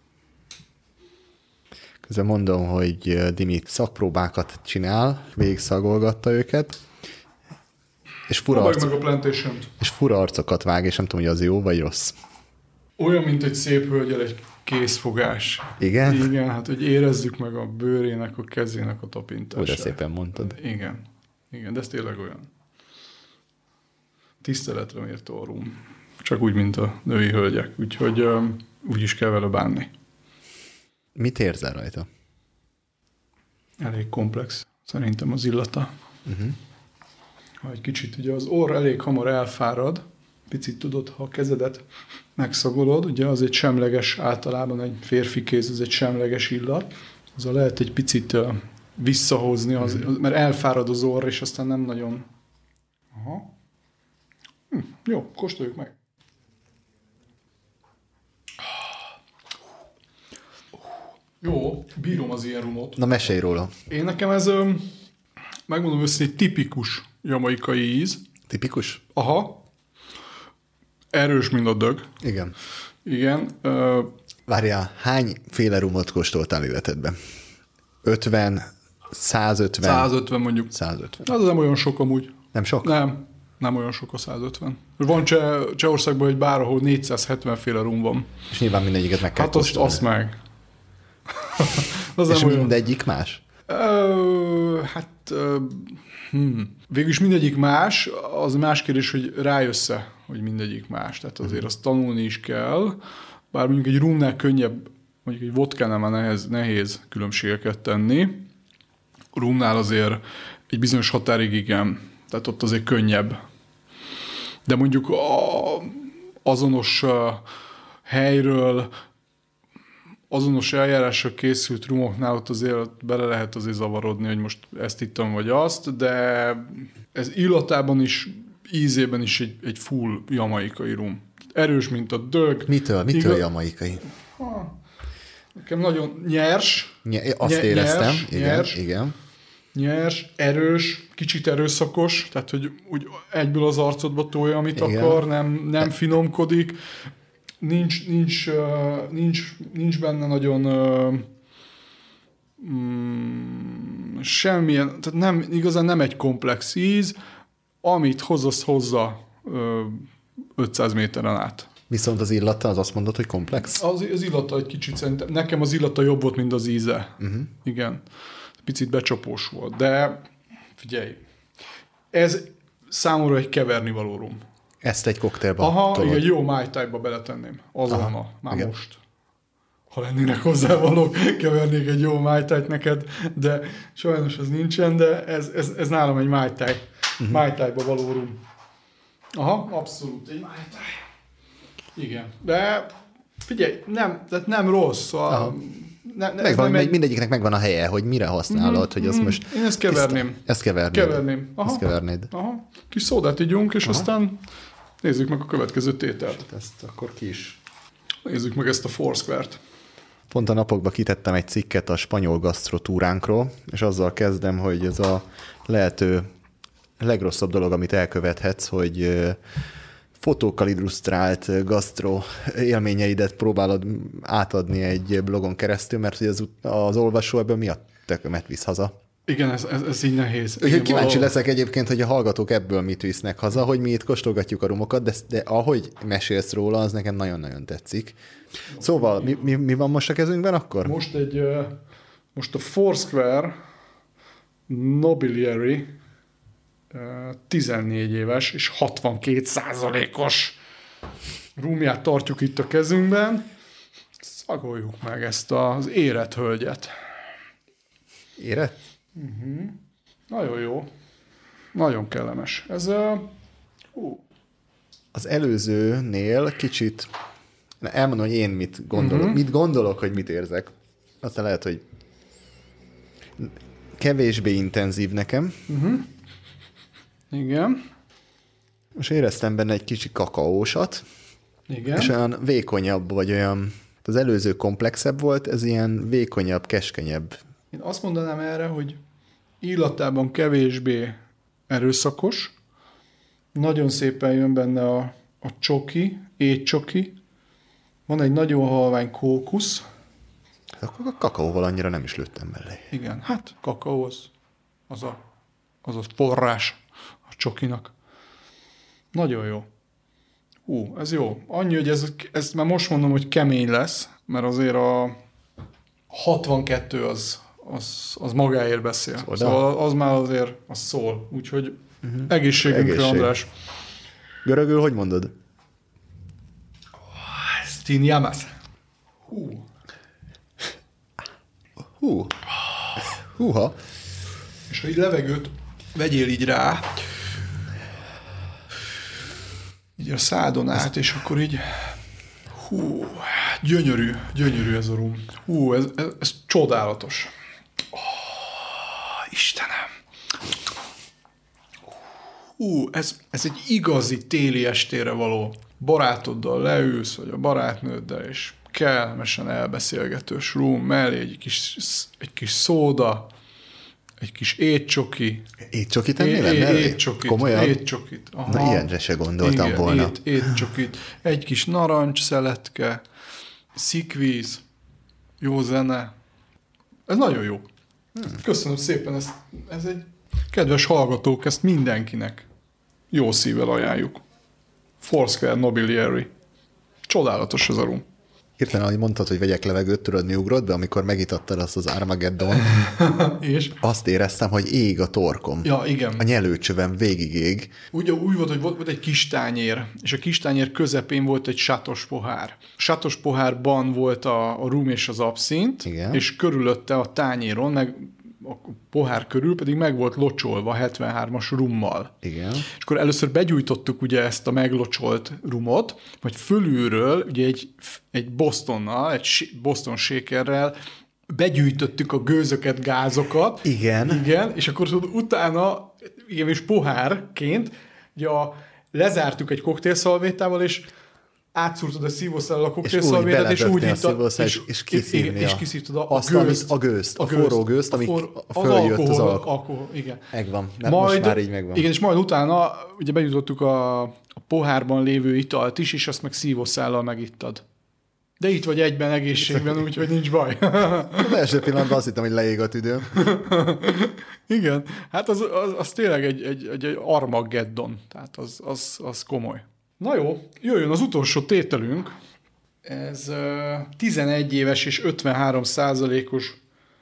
Közben mondom, hogy Dimi szakpróbákat csinál, végig szagolgatta őket, és fura, arc...
meg a plantation-t.
és fura arcokat vág, és nem tudom, hogy az jó vagy rossz.
Olyan, mint egy szép hölgyel egy készfogás.
Igen?
Igen, hát hogy érezzük meg a bőrének, a kezének a tapintását.
Úgy szépen mondtad.
Igen. Igen, de ez tényleg olyan. Tiszteletre mértő a rum. Csak úgy, mint a női hölgyek. Úgyhogy um, úgy is kell vele bánni.
Mit érzel rajta?
Elég komplex. Szerintem az illata.
Uh-huh.
Ha egy kicsit, ugye az orr elég hamar elfárad, picit tudod, ha a kezedet megszagolod, ugye az egy semleges, általában egy férfi kéz, ez egy semleges illat, az a lehet egy picit uh, visszahozni, az, mert elfárad az orr, és aztán nem nagyon... Aha. Hm, jó, kóstoljuk meg. Jó, bírom az ilyen rumot.
Na, mesélj róla.
Én nekem ez, megmondom össze, egy tipikus jamaikai íz.
Tipikus?
Aha. Erős, mint a dög.
Igen.
Igen. Uh,
Várjál, hányféle rumot kóstoltál életedben? ötven, százötven?
százötven mondjuk.
százötven.
Az nem olyan sok amúgy.
Nem sok?
Nem, nem olyan sok a százötven. Van Cseh, Csehországban egy bár, ahol négyszázhetven féle rum van.
És nyilván mindegyiket meg kell
Hát azt,
kóstolni.
azt meg. Az
És
nem olyan.
mindegyik más?
Ö, hát ö, hm. végülis mindegyik más, az más kérdés, hogy rájössze, hogy mindegyik más. Tehát azért azt tanulni is kell. Bár mondjuk egy rumnál könnyebb, mondjuk egy vodkánál már nehéz, nehéz különbségeket tenni. A rumnál azért egy bizonyos határig igen, tehát ott azért könnyebb. De mondjuk a, azonos a helyről, azonos eljárásra készült rumoknál ott azért bele lehet azért zavarodni, hogy most ezt ittam vagy azt, de ez illatában is, ízében is egy, egy full jamaikai rum. Erős, mint a dög.
Mitől? Mitől
Igaz...
jamaikai?
Ha, nekem nagyon nyers.
Ny- azt
Ny-
éreztem.
nyers,
igen,
nyers,
igen.
Nyers, erős, kicsit erőszakos, tehát hogy úgy egyből az arcodba tolja, amit
Igen.
akar, nem, nem finomkodik. Nincs, nincs, uh, nincs, nincs benne nagyon uh, mm, semmilyen, tehát nem, igazán nem egy komplex íz, amit hoz, az hozza uh, ötszáz méteren át.
Viszont az illata, az azt mondod, hogy komplex?
Az, az illata egy kicsit szerintem, nekem az illata jobb volt, mint az íze. Uh-huh. Igen. Picit becsapós volt, de figyelj, ez számomra egy kevernivaló rum.
Ezt egy koktélba
Aha,
tolod.
igen, jó Mai Tai-ba beletenném. Azonnal,
Aha,
már
igen.
most. Ha lennének hozzávalók, kevernék egy jó Mai Tai-t neked, de sajnos ez nincsen, de ez, ez, ez nálam egy Mai Tai. Uh-huh. Mai Tai-ba való rum. Aha, abszolút, egy Mai Tai. Igen, de figyelj, nem, tehát nem rossz. Szóval ne, ne,
Megvan,
nem
egy...
egy...
mindegyiknek megvan a helye, hogy mire használod, mm-hmm, hogy azt most...
Én ezt keverném.
Tiszta... Ezt kevernéd.
Keverném. Aha.
Ezt kevernéd.
Aha. Kis szódát ígyunk, és Aha. aztán nézzük meg a következő tételt.
Ezt akkor ki is.
Nézzük meg ezt a Foursquare-t.
Pont a napokban kitettem egy cikket a spanyol gasztrotúránkról, és azzal kezdem, hogy ez a lehető legrosszabb dolog, amit elkövethetsz, hogy fotókkal illusztrált gasztro élményeidet próbálod átadni egy blogon keresztül, mert hogy az, az olvasó ebből mi a tökömet visz haza.
Igen, ez, ez, ez így nehéz.
Úgyhogy
Igen,
kíváncsi
valahol...
leszek egyébként, hogy a hallgatók ebből mit visznek haza, hogy mi itt kóstolgatjuk a rumokat, de, de ahogy mesélsz róla, az nekem nagyon-nagyon tetszik. Szóval, mi, mi, mi van most a kezünkben akkor?
Most egy, most a Foursquare Nobiliary tizennégy éves és hatvankét százalékos rumját tartjuk itt a kezünkben. Szagoljuk meg ezt az érett hölgyet.
Érett?
Uh-huh. Nagyon jó. Nagyon kellemes. Ez a... Uh.
Az előzőnél kicsit... Elmondom, hogy én mit gondolok. Uh-huh. Mit gondolok, hogy mit érzek. Aztán lehet, hogy kevésbé intenzív nekem.
Uh-huh. Igen.
Most éreztem benne egy kicsi kakaósat.
Igen.
És olyan vékonyabb, vagy olyan... Az előző komplexebb volt, ez ilyen vékonyabb, keskenyebb.
Én azt mondanám erre, hogy illatában kevésbé erőszakos, nagyon szépen jön benne a, a csoki, étcsoki, van egy nagyon halvány kókusz.
Akkor a kakaóval annyira nem is lőttem mellé.
Igen, hát kakaó az, az, a, az a forrás a csokinak. Nagyon jó. Hú, ez jó. Annyi, hogy ez, ezt már most mondom, hogy kemény lesz, mert azért a hatvankettő az, az, az magáért beszél. Szóval, szóval az már azért az szól. Úgyhogy uh-huh. egészségünkre, Egészség. András.
Görögül hogy mondod?
Stin Yamas. Hú.
Hú. Húha.
És ha így levegőt vegyél így rá, így a szádon át, és akkor így hú, gyönyörű, gyönyörű ez a rum. Hú, ez, ez, ez csodálatos. hú, ez, ez egy igazi téli estére való. Barátoddal leülsz, vagy a barátnőddel, és kellemesen elbeszélgetős rum, mellé egy kis, egy kis szóda, egy kis étcsoki.
Étcsokit ennél lenne?
Étcsokit.
Komolyan?
Étcsokit. Aha.
Na, ilyenre se gondoltam
igen,
volna.
Ét, étcsokit. Egy kis narancs szeletke, szikvíz, jó zene. Ez nagyon jó. Hmm. Köszönöm szépen, ez, ez egy kedves hallgatók, ezt mindenkinek jó szívvel ajánljuk. Foursquare Nobiliary. Csodálatos ez a rum.
Hirtelen, ahogy mondtad, hogy vegyek levegőt, tudod, mi ugrott be, amikor megitattad azt az Armageddon.
És?
Azt éreztem, hogy ég a torkom.
Ja, igen.
A nyelőcsövem végig ég.
Úgy, úgy volt, hogy volt, volt egy kis tányér, és a kis tányér közepén volt egy sátos pohár. Sátos pohárban volt a, a rum és az abszint,
igen.
És körülötte a tányéron, meg a pohár körül pedig meg volt locsolva hetvenhármas rummal.
Igen.
És akkor először begyújtottuk ugye ezt a meglocsolt rumot, majd fölülről ugye egy, egy Bostonnal, egy Boston shakerrel begyűjtöttük a gőzöket, gázokat.
Igen.
Igen, és akkor utána, igen, és pohárként, ugye a, lezártuk egy koktélszalvétával, és átszúrtad a szívószállal a koktélszalvétát, és úgy ittad,
és, és, kiszívni
és kiszívtad a,
azt,
a gőzt.
A gőzt, a, a forró gőzt, amik
for,
följött az,
az
alkohol.
alkohol. alkohol igen.
Megvan, mert
majd,
most már így megvan.
Igen, és majd utána ugye bejutottuk a, a pohárban lévő italt is, és azt meg szívószállal megittad. De itt vagy egyben egészségben, úgyhogy nincs baj.
Az első pillanatban azt hittem, hogy leég a tüdőm.
Igen, hát az, az, az tényleg egy, egy, egy, egy Armageddon, tehát az, az, az komoly. Na jó, jöjjön az utolsó tételünk. Ez uh, tizenegy éves és ötvenhárom százalékos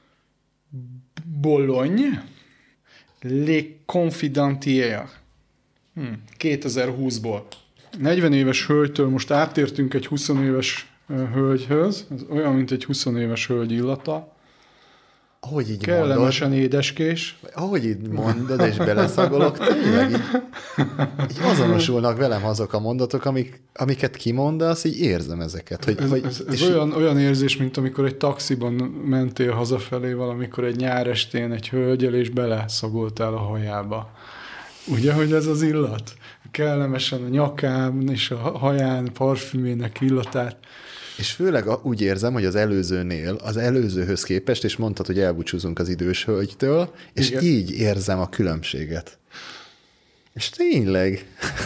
Bologne Le Confidentier. Hm, kétezer-húszból. negyven éves hölgytől most áttértünk egy húsz éves hölgyhöz. Ez olyan, mint egy húsz éves hölgy illata.
Ahogy így
kellemesen
mondod,
édeskés.
Ahogy így mondod, és beleszagolok, tényleg így, így azonosulnak velem azok a mondatok, amik, amiket kimondasz, így érzem ezeket. Hogy,
ez
hogy,
ez, ez olyan, olyan érzés, mint amikor egy taxiban mentél hazafelé valamikor egy nyárestén egy hölgyel, és beleszagoltál a hajába. Ugye, hogy ez az illat? Kellemesen a nyakán és a haján parfümének illatát.
És főleg úgy érzem, hogy az előzőnél, az előzőhöz képest, és mondtad, hogy elbúcsúzunk az idős hölgytől, és igen. Így érzem a különbséget. És tényleg.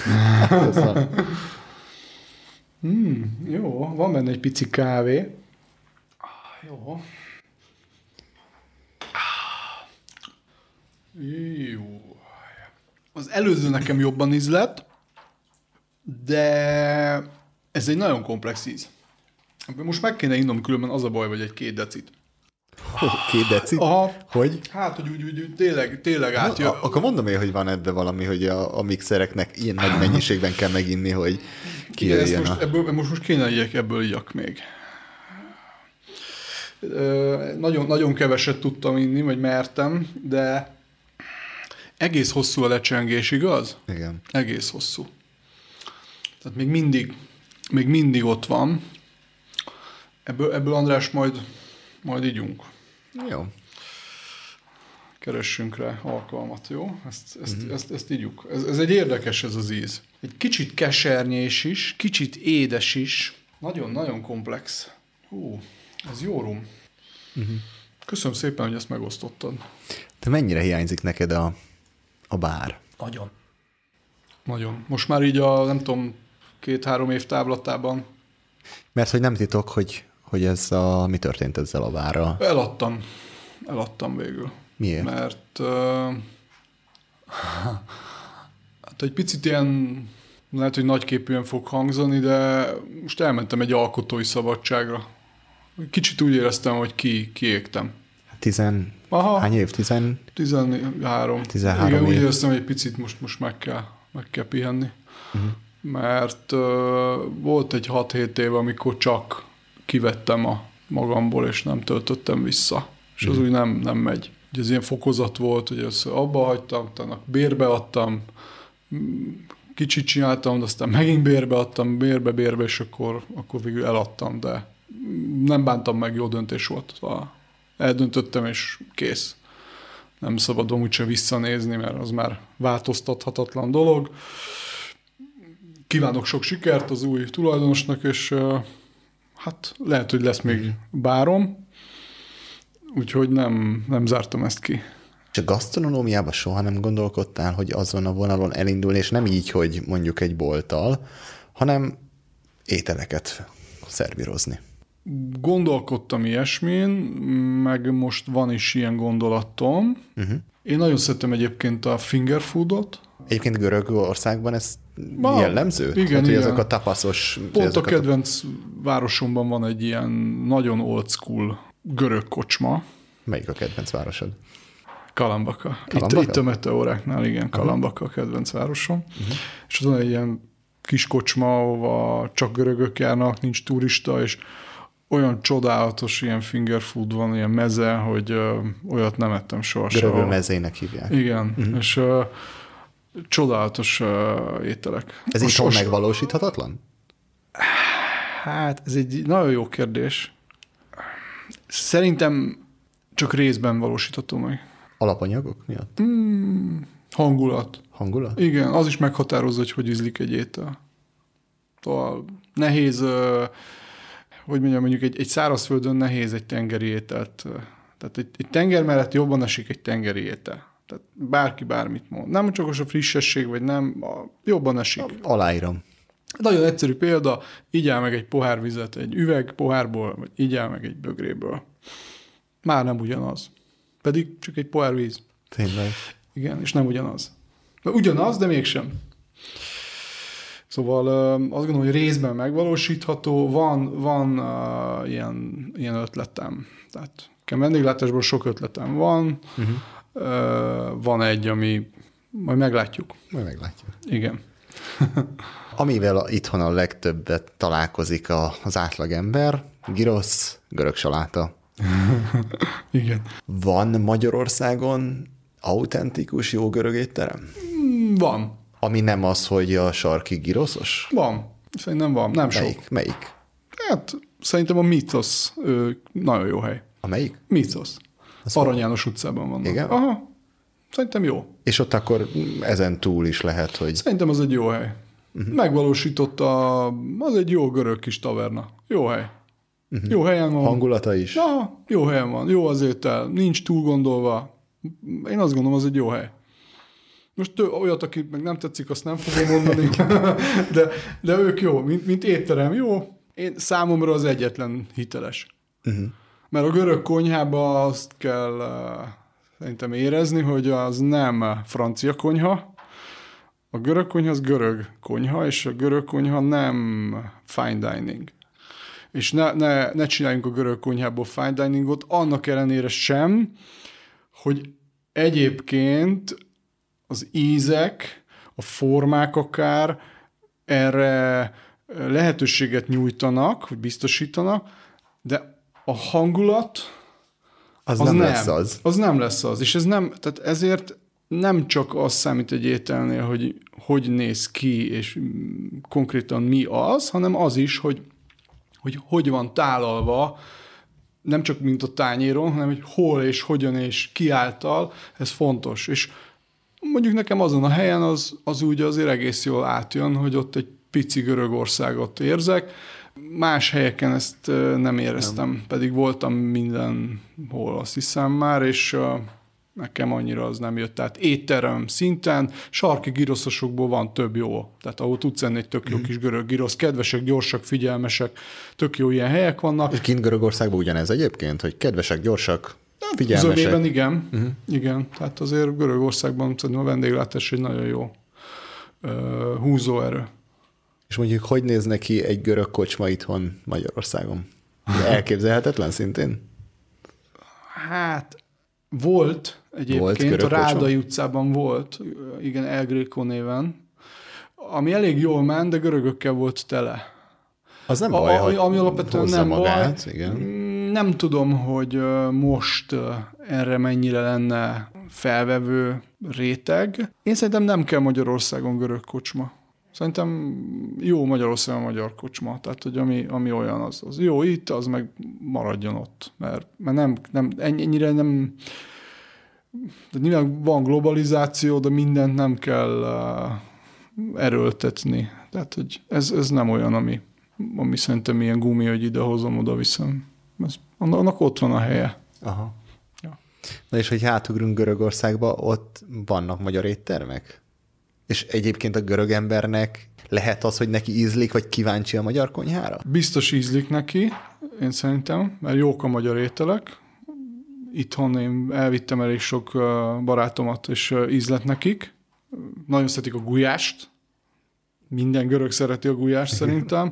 hmm, jó, van benne egy pici kávé. Jó. Jó. Az előző nekem jobban ízlett, de ez egy nagyon komplex íz. Most meg kéne innom, különben az a baj, vagy egy két decit.
Oh, két decit?
Aha.
Hogy?
Hát, hogy úgy, úgy, úgy tényleg, tényleg átjön.
A, akkor mondom én, hogy van ebben valami, hogy a, a mixereknek ilyen nagy mennyiségben kell meginni, hogy kijöjjön.
Igen, most, ebből, most, most kéne ilyek, ebből igyak még. Nagyon, nagyon keveset tudtam inni, vagy mertem, de egész hosszú a lecsengés, igaz?
Igen.
Egész hosszú. Tehát még mindig, még mindig ott van. Ebből, ebből András, majd, majd ígyunk.
Jó.
Keressünk rá alkalmat, jó? Ezt, ezt, mm-hmm. ezt, ezt ígyuk. Ez, ez egy érdekes ez az íz. Egy kicsit kesernyés is, kicsit édes is. Nagyon-nagyon komplex. Hú, ez jó rum. Mm-hmm. Köszönöm szépen, hogy ezt megosztottad.
Te mennyire hiányzik neked a, a bár?
Nagyon. Nagyon. Most már így a, nem tudom, két-három év távlatában.
Mert hogy nem titok, hogy, hogy ez a, mi történt ezzel a bárral?
Eladtam. Eladtam végül.
Miért?
Mert uh, hát egy picit ilyen, lehet, hogy nagyképűen fog hangzani, de most elmentem egy alkotói szabadságra. Kicsit úgy éreztem, hogy ki, kiégtem.
Tizen...
Aha.
Hány év? Tizen...
Tizenhárom.
Tizenhárom
Igen,
év.
úgy éreztem, hogy egy picit most, most meg, kell, meg kell pihenni. Uh-huh. Mert uh, volt egy hat-hét év, amikor csak kivettem a magamból, és nem töltöttem vissza. És uh-huh. az úgy nem, nem megy. Ugye ez ilyen fokozat volt, hogy ezt abba hagytam, utána bérbe adtam, kicsit csináltam, de aztán megint bérbe adtam, bérbe, bérbe, és akkor, akkor végül eladtam, de nem bántam meg, jó döntés volt. Szóval eldöntöttem, és kész. nem szabadom úgyse visszanézni, mert az már változtathatatlan dolog. Kívánok sok sikert az új tulajdonosnak, és hát lehet, hogy lesz még bárom, úgyhogy nem, nem zártam ezt ki.
És a gasztronómiában soha nem gondolkodtál, hogy azon a vonalon elindulni, és nem így, hogy mondjuk egy bolttal, hanem ételeket szervírozni?
Gondolkodtam ilyesmin, meg most van is ilyen gondolatom. Uh-huh. Én nagyon szeretem egyébként a finger foodot.
Egyébként Görögországban ez
Ma,
jellemző?
Igen,
Tehát,
igen.
ezek a tapaszos...
Pont a kedvenc a... városomban van egy ilyen nagyon old school görög kocsma.
Melyik a kedvenc városod?
Kalambaka.
Kalambaka?
Itt, itt a Meteoráknál, igen, Kalambaka a kedvenc városom. Uh-huh. És ott van egy ilyen kis kocsma, ahova csak görögök járnak, nincs turista, és olyan csodálatos ilyen finger food van, ilyen meze, hogy ö, olyat nem ettem soha.
Görögül mezének hívják.
Igen, uh-huh. és ö, csodálatos ö, ételek.
Ez most, itthon most... megvalósíthatatlan?
Hát, ez egy nagyon jó kérdés. Szerintem csak részben valósítható meg.
Alapanyagok miatt?
Mm, hangulat.
Hangulat?
Igen, az is meghatározza, hogy hogy ízlik egy étel. Szóval nehéz, hogy mondjam, mondjuk egy, egy szárazföldön nehéz egy tengeri ételt. Tehát egy, egy tenger mellett jobban esik egy tengeri étel. Tehát bárki bármit mond. Nem csak az a frissesség, vagy nem, jobban esik.
Aláírom.
Nagyon egyszerű példa, igyál meg egy pohár vizet egy üveg pohárból, vagy igyál meg egy bögréből. Már nem ugyanaz. Pedig csak egy pohár víz.
Tényleg.
Igen, és nem ugyanaz. De ugyanaz, de mégsem. Szóval azt gondolom, hogy részben megvalósítható, van, van uh, ilyen, ilyen ötletem. Tehát vendéglátásból sok ötletem van, uh-huh. uh, van egy, ami majd meglátjuk.
Majd meglátjuk.
Igen.
Amivel a, itthon a legtöbbet találkozik a, az átlagember, gyrosz, görög saláta.
Igen.
Van Magyarországon autentikus jó görög étterem?
Van.
Ami nem az, hogy a sarki gyroszos?
Van. Szerintem van. Nem
melyik?
sok.
Melyik?
Hát szerintem a Mythos ő, nagyon jó hely.
A melyik?
Mythos. Arany János utcában vannak.
Igen?
Aha. Szerintem jó.
És ott akkor ezen túl is lehet, hogy...
Szerintem az egy jó hely. Uh-huh. Megvalósította, az egy jó görög kis taverna. Jó hely. Uh-huh. Jó helyen van.
Hangulata is?
Ja, jó helyen van. Jó az étel. Nincs túl gondolva. Én azt gondolom, az egy jó hely. Most tő, olyat, aki meg nem tetszik, azt nem fogom mondani, de, de ők jó, mint, mint étterem, jó. Én számomra az egyetlen hiteles. Uh-huh. Mert a görög konyhában azt kell uh, szerintem érezni, hogy az nem francia konyha. A görög konyha az görög konyha, és a görög konyha nem fine dining. És ne, ne, ne csináljunk a görög konyhából fine diningot, annak ellenére sem, hogy egyébként az ízek, a formák akár erre lehetőséget nyújtanak, vagy biztosítanak, de a hangulat
az,
az
nem,
nem
lesz az.
Az nem lesz az. És ez nem, tehát ezért nem csak az számít egy ételnél, hogy hogy néz ki, és konkrétan mi az, hanem az is, hogy hogy, hogy van tálalva, nem csak mint a tányéron, hanem hogy hol és hogyan és ki által, ez fontos. És mondjuk nekem azon a helyen az, az úgy azért egész jól átjön, hogy ott egy pici Görögországot érzek. Más helyeken ezt nem éreztem, nem. Pedig voltam mindenhol, azt hiszem már, és nekem annyira az nem jött. Tehát étterem szinten, sarki giroszosokból van több jó. Tehát ahol tudsz enni egy tök jó kis görög girosz, kedvesek, gyorsak, figyelmesek, tök jó ilyen helyek vannak.
És kint Görögországban ugyanez egyébként, hogy kedvesek, gyorsak, figyelmesek.
Zömében igen, uh-huh. igen. Tehát azért Görögországban szerintem a vendéglátás egy nagyon jó uh, húzóerő.
És mondjuk, hogy néz neki egy görög kocsma itthon Magyarországon? Elképzelhetetlen szintén?
Hát volt egyébként, volt a Rádai utcában volt, igen, El Greco néven, ami elég jól ment, de görögökkel volt tele.
Az nem baj,
a, ami alapvetően nem
magát,
baj.
Igen.
Nem tudom, hogy most erre mennyire lenne felvevő réteg. Én szerintem nem kell Magyarországon görög kocsma. Szerintem jó Magyarországon magyar kocsma. Tehát, hogy ami, ami olyan, az, az jó itt, az meg maradjon ott. Mert, mert nem, nem, ennyire nem... de nyilván van globalizáció, de mindent nem kell uh, erőltetni. Tehát, hogy ez, ez nem olyan, ami, ami szerintem ilyen gumi, hogy idehozom, oda viszem. Ez, annak ott van a helye.
Aha. Ja. Na és hogy hátugrunk Görögországba, ott vannak magyar éttermek? És egyébként a görög embernek lehet az, hogy neki ízlik, vagy kíváncsi a magyar konyhára?
Biztos ízlik neki, én szerintem, mert jók a magyar ételek. Itthon én elvittem elég sok barátomat, és ízlet nekik. Nagyon szeretik a gulyást. Minden görög szereti a gulyást szerintem.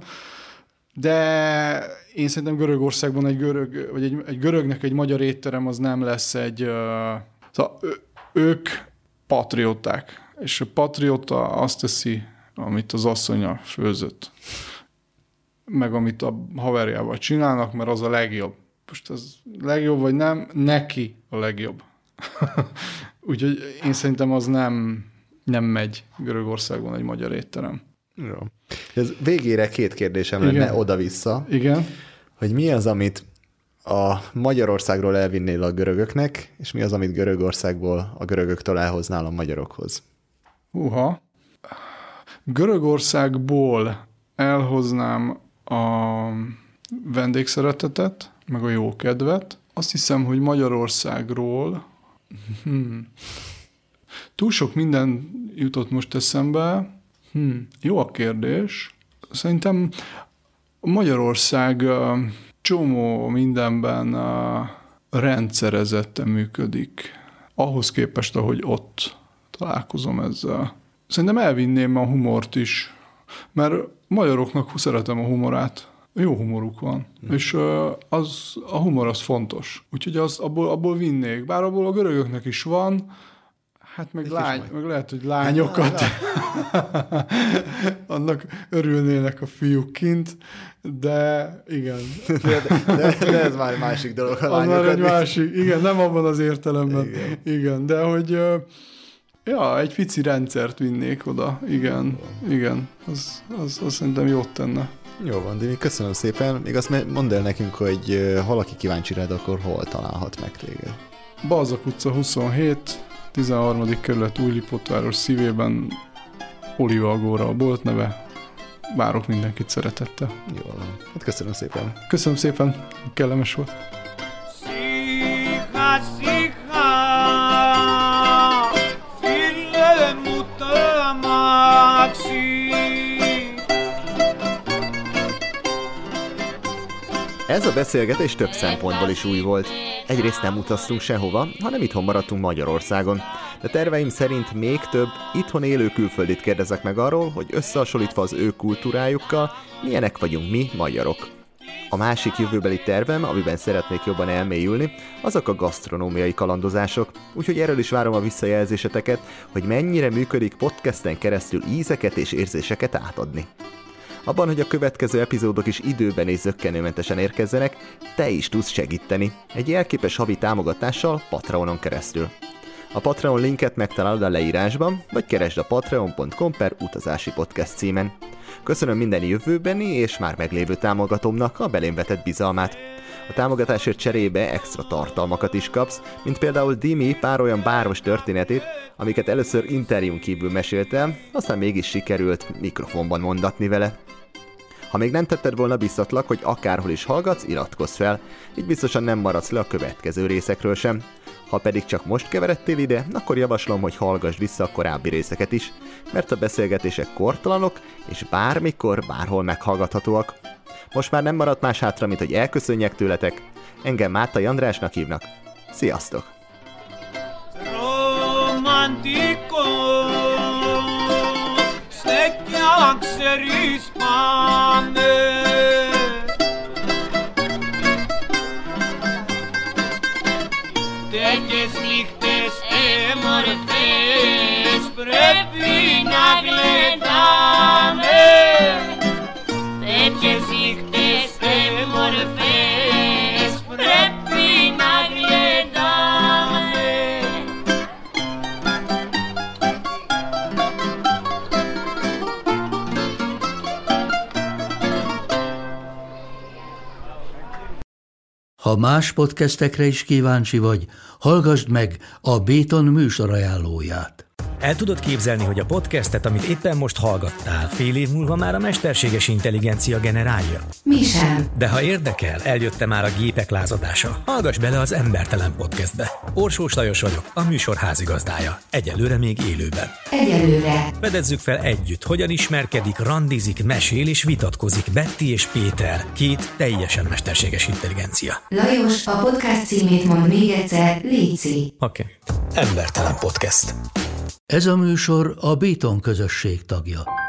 De én szerintem Görögországban egy görög, vagy egy, egy görögnek egy magyar étterem az nem lesz egy... Uh, szóval ők patrióták. És a patrióta azt teszi, amit az asszonya főzött. Meg amit a haverjával csinálnak, mert az a legjobb. Most az legjobb vagy nem, neki a legjobb. Úgyhogy én szerintem az nem, nem megy Görögországban egy magyar étterem.
Jó. Ez végére két kérdésem
Igen.
lenne oda-vissza.
Igen.
Hogy mi az, amit a Magyarországról elvinnél a görögöknek, és mi az, amit Görögországból a görögöktől elhoznál a magyarokhoz?
Uha. Görögországból elhoznám a vendégszeretetet, meg a jókedvet. Azt hiszem, hogy Magyarországról hmm, túl sok minden jutott most eszembe. Hmm, jó a kérdés. Szerintem Magyarország uh, csomó mindenben uh, rendszerezetten működik. Ahhoz képest, ahogy ott találkozom ezzel. Szerintem elvinném a humort is, mert magyaroknak szeretem a humorát. Jó humoruk van, mm. és uh, az, a humor az fontos. Úgyhogy az, abból, abból vinnék. Bár abból a görögöknek is van, hát meg, lány, meg lehet, hogy lányokat annak örülnének a fiúk kint, de igen.
De, de, de ez már másik dolog. A
az már egy másik, igen, nem abban az értelemben. Igen, igen de hogy uh, ja, egy pici rendszert vinnék oda, igen, igen, az, az, az szerintem jót tenne.
Jó van, Dimi, köszönöm szépen. Még azt mondd el nekünk, hogy ha valaki kíváncsi rád, akkor hol találhat meg téged?
Balzak utca huszonhét, tizenharmadik kerület Újlipótváros szívében, Oliva Agóra a bolt neve. Várok mindenkit szeretettel.
Jó van. Hát köszönöm szépen.
Köszönöm szépen, kellemes volt.
Szíha, szíha, fille mutamaxi.
Ez a beszélgetés több szempontból is új volt. Egyrészt nem utaztunk sehova, hanem itthon maradtunk Magyarországon. De terveim szerint még több itthon élő külföldit kérdezek meg arról, hogy összehasonlítva az ő kultúrájukkal, milyenek vagyunk mi, magyarok. A másik jövőbeli tervem, amiben szeretnék jobban elmélyülni, azok a gasztronómiai kalandozások, úgyhogy erről is várom a visszajelzéseteket, hogy mennyire működik podcasten keresztül ízeket és érzéseket átadni. Abban, hogy a következő epizódok is időben és zökkenőmentesen érkezzenek, te is tudsz segíteni, egy jelképes havi támogatással Patreonon keresztül. A Patreon linket megtalálod a leírásban, vagy keresd a patreon pont com per utazási podcast címen. Köszönöm minden jövőbeni és már meglévő támogatómnak a belém vetett bizalmát. A támogatásért cserébe extra tartalmakat is kapsz, mint például Dimi pár olyan báros történetét, amiket először interjún kívül meséltem, aztán mégis sikerült mikrofonban mondatni vele. Ha még nem tetted volna, biztatlak, hogy akárhol is hallgatsz, iratkozz fel, így biztosan nem maradsz le a következő részekről sem. Ha pedig csak most keveredtél ide, akkor javaslom, hogy hallgassd vissza a korábbi részeket is, mert a beszélgetések kortalanok, és bármikor, bárhol meghallgathatóak. Most már nem maradt más hátra, mint hogy elköszönjek tőletek. Engem Mátai Andrásnak hívnak. Sziasztok!
Romantiko, stekjak seris pane. Τέτοιες νύχτες έμορφες πρέπει να γλεντάμε. Τέτοιες νύχτες έμορφες πρέπει να γλεντάμε.
Ha más podcastekre is kíváncsi vagy, hallgassd meg a Béton műsor ajánlóját.
El tudod képzelni, hogy a podcastet, amit éppen most hallgattál, fél év múlva már a mesterséges intelligencia generálja?
Mi sem.
De ha érdekel, eljött már a gépek lázadása. Hallgass bele az Embertelen Podcastbe. Orsós Lajos vagyok, a műsor házigazdája. Egyelőre még élőben.
Egyelőre.
Fedezzük fel együtt, hogyan ismerkedik, randizik, mesél és vitatkozik Betty és Péter, két teljesen mesterséges intelligencia.
Lajos, a podcast címét mond még egyszer, léci.
Oké. Okay. Embertelen Podcast.
Ez a műsor a Béton közösség tagja.